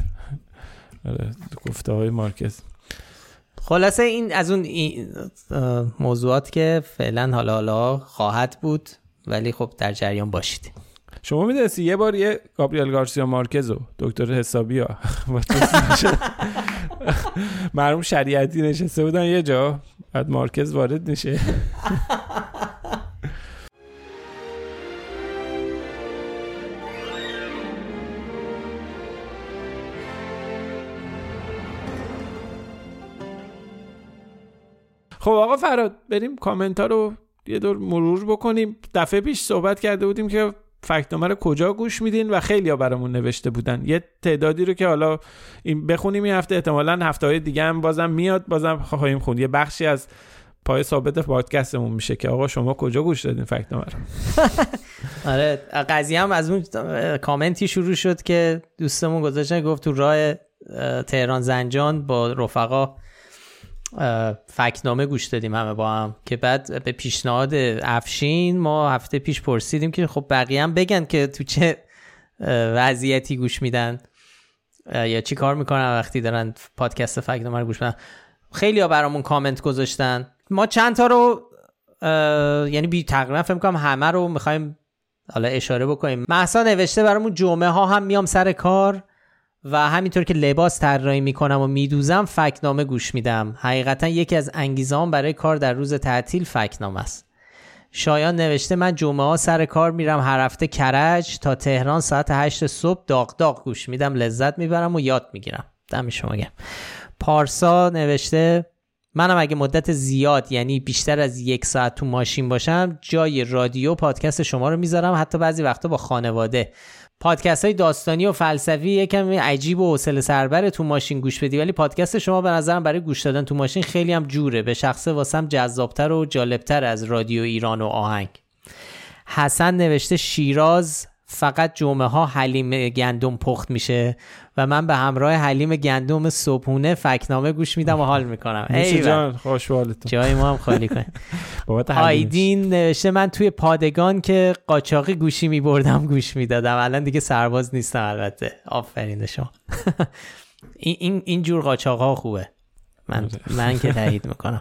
گفته های مارکز. خلاصه این از اون موضوعات که فعلا حالا خواهد بود ولی خب در جریان باشید. شما میدونستی یه بار یه گابریل گارسیا مارکز و دکتر حسابیا مرحوم شریعتی نشسته بودن یه جا بعد مارکز وارد میشه. خب آقا فراد بریم کامنت ها رو یه دور مرور بکنیم. دفعه پیش صحبت کرده بودیم که فکت‌نامه رو کجا گوش میدین و خیلی‌ها برامون نوشته بودن. یه تعدادی رو که حالا این بخونیم این هفته احتمالاً هفته‌های دیگه هم بازم میاد بازم خواهیم خوند. یه بخشی از پای ثابت پادکستمون میشه که آقا شما کجا گوش دادین فکت‌نامه رو. آره قضیه هم از اون کامنتی شروع شد که دوستمون گذاشتن گفت تو راه تهران زنجان با رفقا فکت‌نامه گوش دادیم همه با هم که بعد به پیشنهاد افشین ما هفته پیش پرسیدیم که خب بقیه هم بگن که تو چه وضعیتی گوش میدن یا چی کار میکنن وقتی دارن پادکست فکت‌نامه رو گوش میدن. خیلی ها برامون کامنت گذاشتن. ما چند تا رو یعنی تقریبا فکر می‌کنم همه رو میخوایم حالا اشاره بکنیم. مهسا نوشته برامون جمعه ها هم میام سر کار و همینطور که لباس طراحی میکنم و میدوزم فکت‌نامه گوش میدم. حقیقتا یکی از انگیزه‌ام برای کار در روز تعطیل فکت‌نامه است. شایان نوشته من جمعه ها سر کار میرم هر هفته کرج تا تهران ساعت 8 صبح داغ داغ گوش میدم لذت میبرم و یاد میگیرم. دم شما گرم. پارسا نوشته منم اگه مدت زیاد یعنی بیشتر از 1 ساعت تو ماشین باشم جای رادیو پادکست شما رو میذارم، حتی بعضی وقتا با خانواده. پادکست های داستانی و فلسفی یکم عجیب و حوصله سربر تو ماشین گوش بدی ولی پادکست شما به نظرم برای گوش دادن تو ماشین خیلی هم جوره، به شخصه واسم جذابتر و جالبتر از رادیو ایران و آهنگ. حسن نوشته شیراز فقط جمعه ها حلیم گندم پخت میشه و من به همراه حلیم گندم صبحونه فکت‌نامه گوش میدم و حال میکنم. ای جان خوشحالتون جای ما هم خالی کن. آیدین نوشته من توی پادگان که قاچاقی گوشی میبردم گوش میدادم، الان دیگه سرباز نیستم. البته آفرین شما. این جور قاچاق‌ها خوبه. من که تایید میکنم.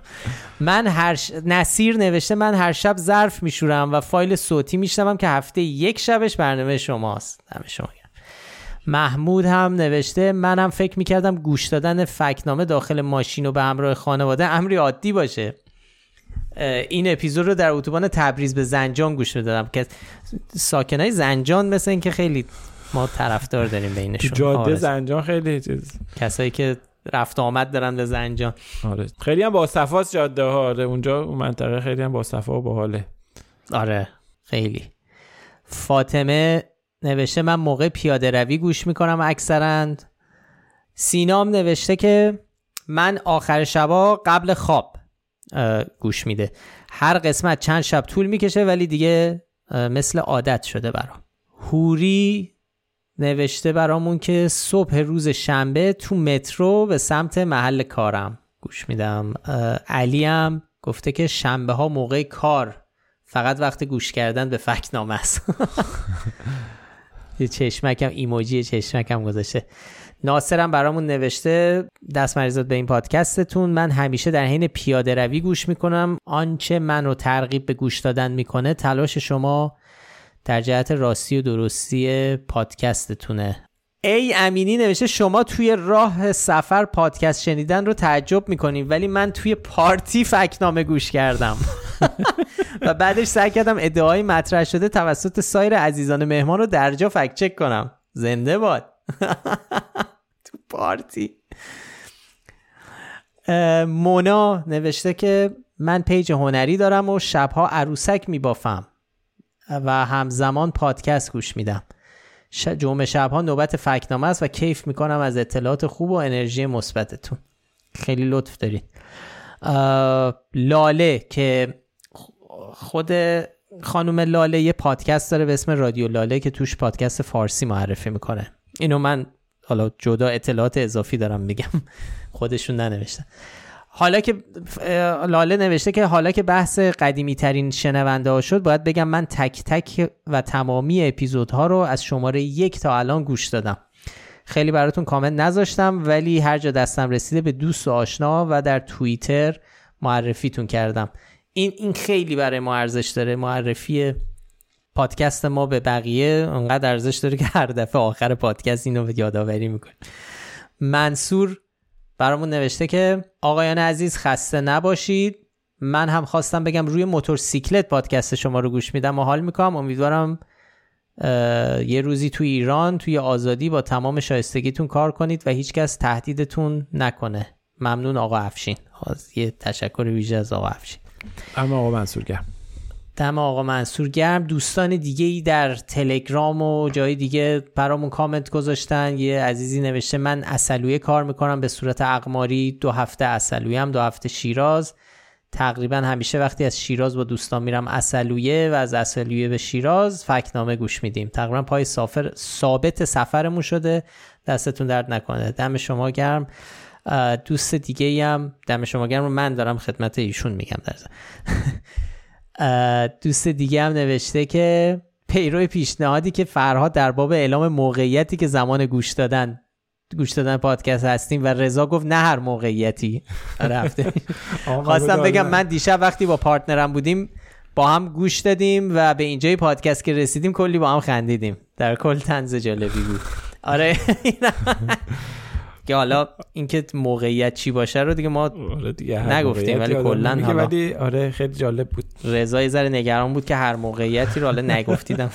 نصیر نوشته من هر شب ظرف میشورم و فایل صوتی میشنوم که هفته 1 شبش برنامه شماست. دم شما گرم. محمود هم نوشته منم فکر میکردم گوش دادن فکت‌نامه داخل ماشین و به همراه خانواده امری عادی باشه. این اپیزود رو در اتوبان تبریز به زنجان گوش دادم که ساکنای زنجان مثل این که خیلی ما طرفدار داریم بینشون. جاده زنجان خیلی چیز. کسایی که رفت آمد دارن به زنجان. آره خیلی هم باصفاست جاده ها. آره اونجا اون منطقه خیلی هم باصفا و باحاله. آره خیلی. فاطمه نوشته من موقع پیاده روی گوش میکنم اکثرا. سینام نوشته که من آخر شبا قبل خواب گوش میده. هر قسمت چند شب طول میکشه ولی دیگه مثل عادت شده برام. هوری نوشته برامون که صبح روز شنبه تو مترو به سمت محل کارم گوش میدم. علی هم گفته که شنبه ها موقع کار فقط وقت گوش کردن به فکت‌نامه است. یه چشمکم ایموجی چشمکم گذاشته. ناصرم برامون نوشته دست مریضات به این پادکستتون. من همیشه در حین پیاده روی گوش میکنم. آنچه منو ترغیب به گوش دادن میکنه تلاش شما در جهت راستی و درستی پادکستتونه. ای امینی نوشته شما توی راه سفر پادکست شنیدن رو تعجب میکنیم ولی من توی پارتی فکت‌نامه گوش کردم. و بعدش سعی کردم ادعای مطرح شده توسط سایر عزیزان مهمان رو درجا فکت چک کنم. زنده باد. تو پارتی. مونا نوشته که من پیج هنری دارم و شبها عروسک میبافم و همزمان پادکست گوش میدم. جمعه شبها نوبت فکت‌نامه است و کیف میکنم از اطلاعات خوب و انرژی مثبتتون. خیلی لطف دارید. لاله که خود خانم لاله یه پادکست داره به اسم رادیو لاله که توش پادکست فارسی معرفی میکنه. اینو من حالا جدا اطلاعات اضافی دارم میگم، خودشون ننوشتن. حالا که لاله نوشته که حالا که بحث قدیمی ترین شنونده ها شد باید بگم من تک تک و تمامی اپیزودها رو از شماره 1 تا الان گوش دادم. خیلی براتون کامنت نذاشتم ولی هر جا دستم رسیده به دوست و آشنا و در توییتر معرفیتون کردم. این خیلی برای ما ارزش داره. معرفی پادکست ما به بقیه انقدر ارزش داره که هر دفعه آخر پادکست اینو به یادآوری میکنه. منصور برامون نوشته که آقایان عزیز خسته نباشید. من هم خواستم بگم روی موتورسیکلت پادکست شما رو گوش میدم و حال میکنم. امیدوارم یه روزی توی ایران توی آزادی با تمام شایستگیتون کار کنید و هیچکس تهدیدتون نکنه. ممنون آقا افشین. یه تشکر ویژه از آقا افشین. اما آقا منصور گرم. دم آقا منصور گرم. دوستان دیگه ای در تلگرام و جای دیگه برامون کامنت گذاشتن. یه عزیزی نوشته من عسلویه کار میکنم به صورت اقماری، 2 هفته عسلویه هم 2 هفته شیراز. تقریبا همیشه وقتی از شیراز با دوستان میرم عسلویه و از عسلویه به شیراز فکت‌نامه گوش میدیم. تقریبا پای ثابت سفرمون شده. دستتون درد نکنه. دم شما گرم. دوست دیگه ای هم دم شما گرم رو من دارم خدمت ایشون میگم در دوست دیگه هم نوشته که پیرو پیشنهادی که فرهاد در باب اعلام موقعیتی که زمان گوش دادن پادکست هستیم و رضا گفت نه هر موقعیتی رفته. خواستم بگم من دیشب وقتی با پارتنرم بودیم با هم گوش دادیم و به اینجای پادکست که رسیدیم کلی با هم خندیدیم. در کل طنز جالبی بود. آره که حالا اینکه موقعیت چی باشه رو دیگه ما نگفتیم ولی کلا حالا ولی آره خیلی جالب بود. رضا یه ذره نگران بود که هر موقعیتی رو حالا نگفتیدم.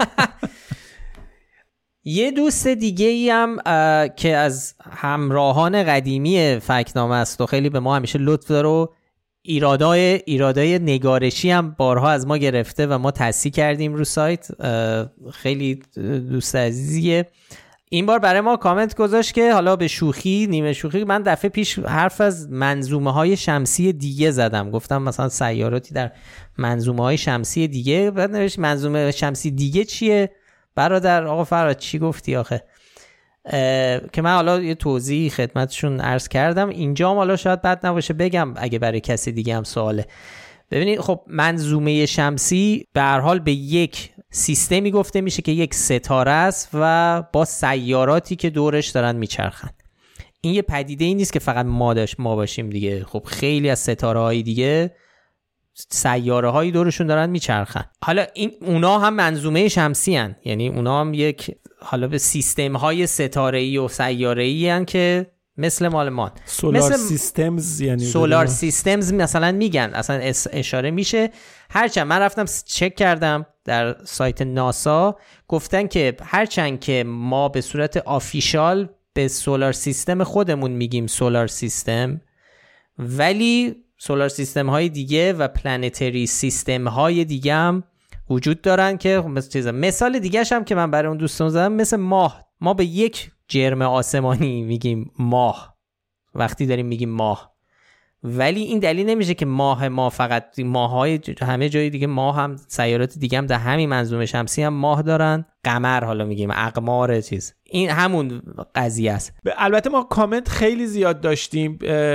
یه دوست دیگه ای هم که از همراهان قدیمی فکت‌نامه است و خیلی به ما همیشه لطف داره و ایرادای نگارشی هم بارها از ما گرفته و ما تصحیح کردیم رو سایت. خیلی دوست عزیزیه. این بار برای ما کامنت گذاشت که حالا به شوخی نیمه شوخی من دفعه پیش حرف از منظومه های شمسی دیگه زدم. گفتم مثلا سیاراتی در منظومه های شمسی دیگه. بعد نوشت منظومه شمسی دیگه چیه برادر؟ آقا فراد چی گفتی آخه؟ که من حالا یه توضیح خدمتشون عرض کردم. اینجا هم حالا شاید بد نباشه بگم اگه برای کسی دیگه هم سواله. ببینید خب منظومه شمسی به هر حال به یک سیستمی گفته میشه که یک ستاره است و با سیاراتی که دورش دارن میچرخن. این یه پدیده ای نیست که فقط ما باشیم دیگه. خب خیلی از ستاره های دیگه سیاره هایی دورشون دارن میچرخن. حالا اونا هم منظومه شمسی هن. یعنی اونا هم یک حالا به سیستم های ستاره ای و سیاره ای هن که مثل مال ما سولار سیستمز، یعنی سولار سیستمز مثلا میگن، اصلا اشاره میشه. هرچند من رفتم چک کردم در سایت ناسا گفتن که هرچند که ما به صورت آفیشال به سولار سیستم خودمون میگیم سولار سیستم، ولی سولار سیستم های دیگه و پلنتری سیستم های دیگه هم وجود دارن که مثال دیگه‌ش هم که من برای اون دوستان زدم مثل ماه. ما به یک جرم آسمانی میگیم ماه وقتی داریم میگیم ماه، ولی این دلیل نمیشه که ما فقط ماه‌های همه جای دیگه ماه هم سیارات دیگه هم در همین منظومه شمسی هم ماه دارن. قمر حالا میگیم اقمار چیز، این همون قضیه است. البته ما کامنت خیلی زیاد داشتیم،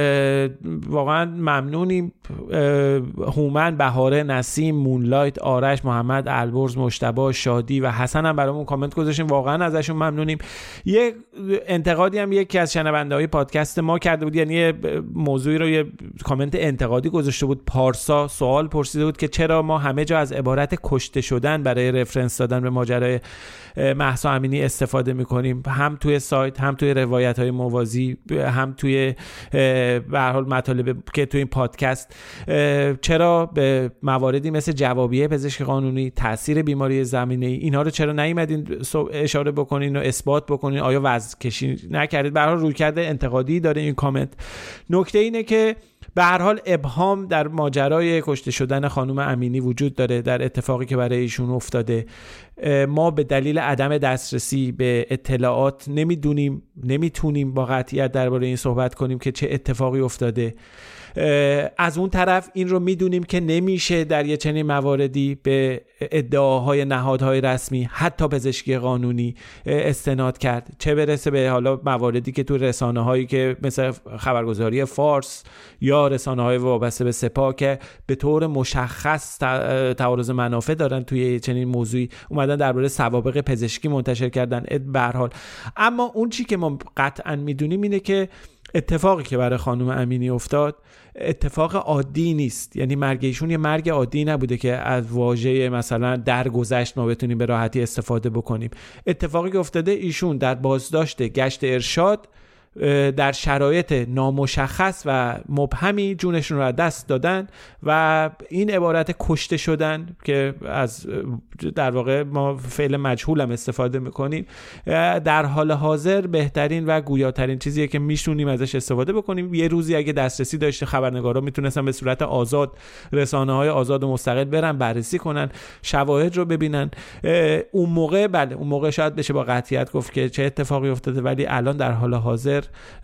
واقعا ممنونیم. هومن، بهاره، نسیم، مونلایت، آرش، محمد، البرز، مجتبی، شادی و حسن هم برامون کامنت گذاشتیم، واقعا ازشون ممنونیم. یه انتقادی هم یکی از شنونده‌های پادکست ما کرده بود، یعنی موضوعی رو یه کامنت انتقادی گذاشته بود. پارسا سوال پرسیده بود که چرا ما همه جا از عبارت کشته شدن برای رفرنس دادن به ماجرای مهسا امینی استفاده میکنیم، هم توی سایت، هم توی روایت‌های موازی، هم توی به هر حال مطالب که توی این پادکست. چرا به مواردی مثل جوابیه پزشک قانونی، تاثیر بیماری زمینه‌ای، اینها رو چرا نیومدین اشاره بکنین و اثبات بکنین؟ آیا وزن کشی نکردید؟ به هر حال رویکرد انتقادی داره این کامنت. نکته اینه که به هر حال ابهام در ماجرای کشته شدن خانم امینی وجود داره، در اتفاقی که برای ایشون افتاده. ما به دلیل عدم دسترسی به اطلاعات نمیتونیم با قطعیت درباره این صحبت کنیم که چه اتفاقی افتاده. از اون طرف این رو میدونیم که نمیشه در یه چنین مواردی به ادعاهای نهادهای رسمی، حتی پزشکی قانونی، استناد کرد، چه برسه به حالا مواردی که تو رسانه‌هایی که مثل خبرگزاری فارس یا رسانه‌های وابسته به سپاه که به طور مشخص تعارض منافع دارن توی چنین موضوعی اومدن درباره سوابق پزشکی منتشر کردن. به هر حال اما اون چی که ما قطعاً میدونیم اینه که اتفاقی که برای خانم امینی افتاد اتفاق عادی نیست. یعنی مرگ ایشون یه مرگ عادی نبوده که از واژه مثلا درگذشت ما بتونیم به راحتی استفاده بکنیم. اتفاقی که افتاده، ایشون در بازداشت گشت ارشاد در شرایط نامشخص و مبهمی جونشون رو از دست دادن و این عبارت کشته شدن که از در واقع ما فعل مجهول هم استفاده میکنیم، در حال حاضر بهترین و گویاترین چیزیه که میشونیم ازش استفاده بکنیم. یه روزی اگه دسترسی داشته خبرنگارا میتونستن به صورت آزاد، رسانه‌های آزاد و مستقل برن بررسی کنن، شواهد رو ببینن. اون موقع بله، اون موقع شاید بشه با قطعیت گفت که چه اتفاقی افتاده، ولی الان در حال حاضر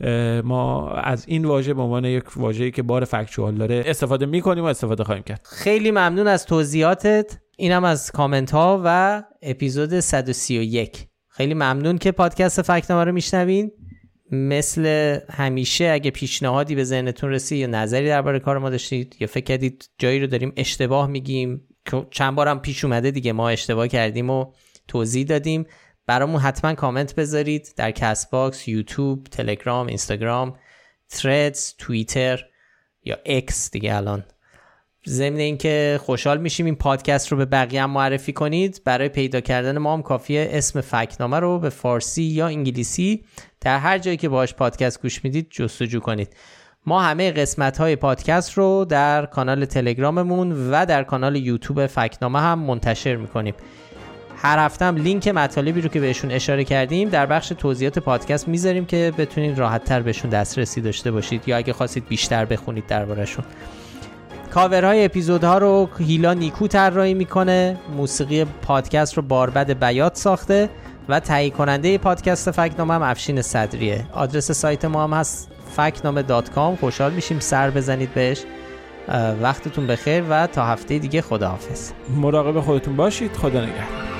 ما از این واژه به عنوان یک واژه‌ای که بار فکتوال داره استفاده می‌کنیم و استفاده خواهیم کرد. خیلی ممنون از توضیحاتت. اینم از کامنت ها و اپیزود 131. خیلی ممنون که پادکست فکت‌نامه رو میشنوین. مثل همیشه اگه پیشنهادی به ذهنتون رسید یا نظری درباره کار ما داشتید یا فکر کردید جایی رو داریم اشتباه میگیم، که چند بارم پیش اومده دیگه ما اشتباه کردیم و توضیح دادیم، برامون حتما کامنت بذارید در کست باکس، یوتیوب، تلگرام، اینستاگرام، تردز، توییتر یا اکس دیگه الان. ضمن اینکه خوشحال میشیم این پادکست رو به بقیه هم معرفی کنید. برای پیدا کردن ما هم کافیه اسم فکت‌نامه رو به فارسی یا انگلیسی در هر جایی که باهاش پادکست گوش میدید جستجو کنید. ما همه قسمت‌های پادکست رو در کانال تلگراممون و در کانال یوتیوب فکت‌نامه هم منتشر میکنیم. هر هفته هم لینک مطالبی رو که بهشون اشاره کردیم در بخش توضیحات پادکست میذاریم که بتونید راحت‌تر بهشون دسترسی داشته باشید یا اگه خواستید بیشتر بخونید درباره‌شون. کاورهای اپیزودها رو هیلا نیکو طراحی میکنه، موسیقی پادکست رو باربد بیات ساخته و تهیه کننده پادکست فکت‌نامه هم افشین صدریه. آدرس سایت ما هم هست fakname.com. خوشحال میشیم سر بزنید بهش. وقتتون بخیر و تا هفته دیگه خداحافظ. مراقب خودتون باشید. خدا نگهدار.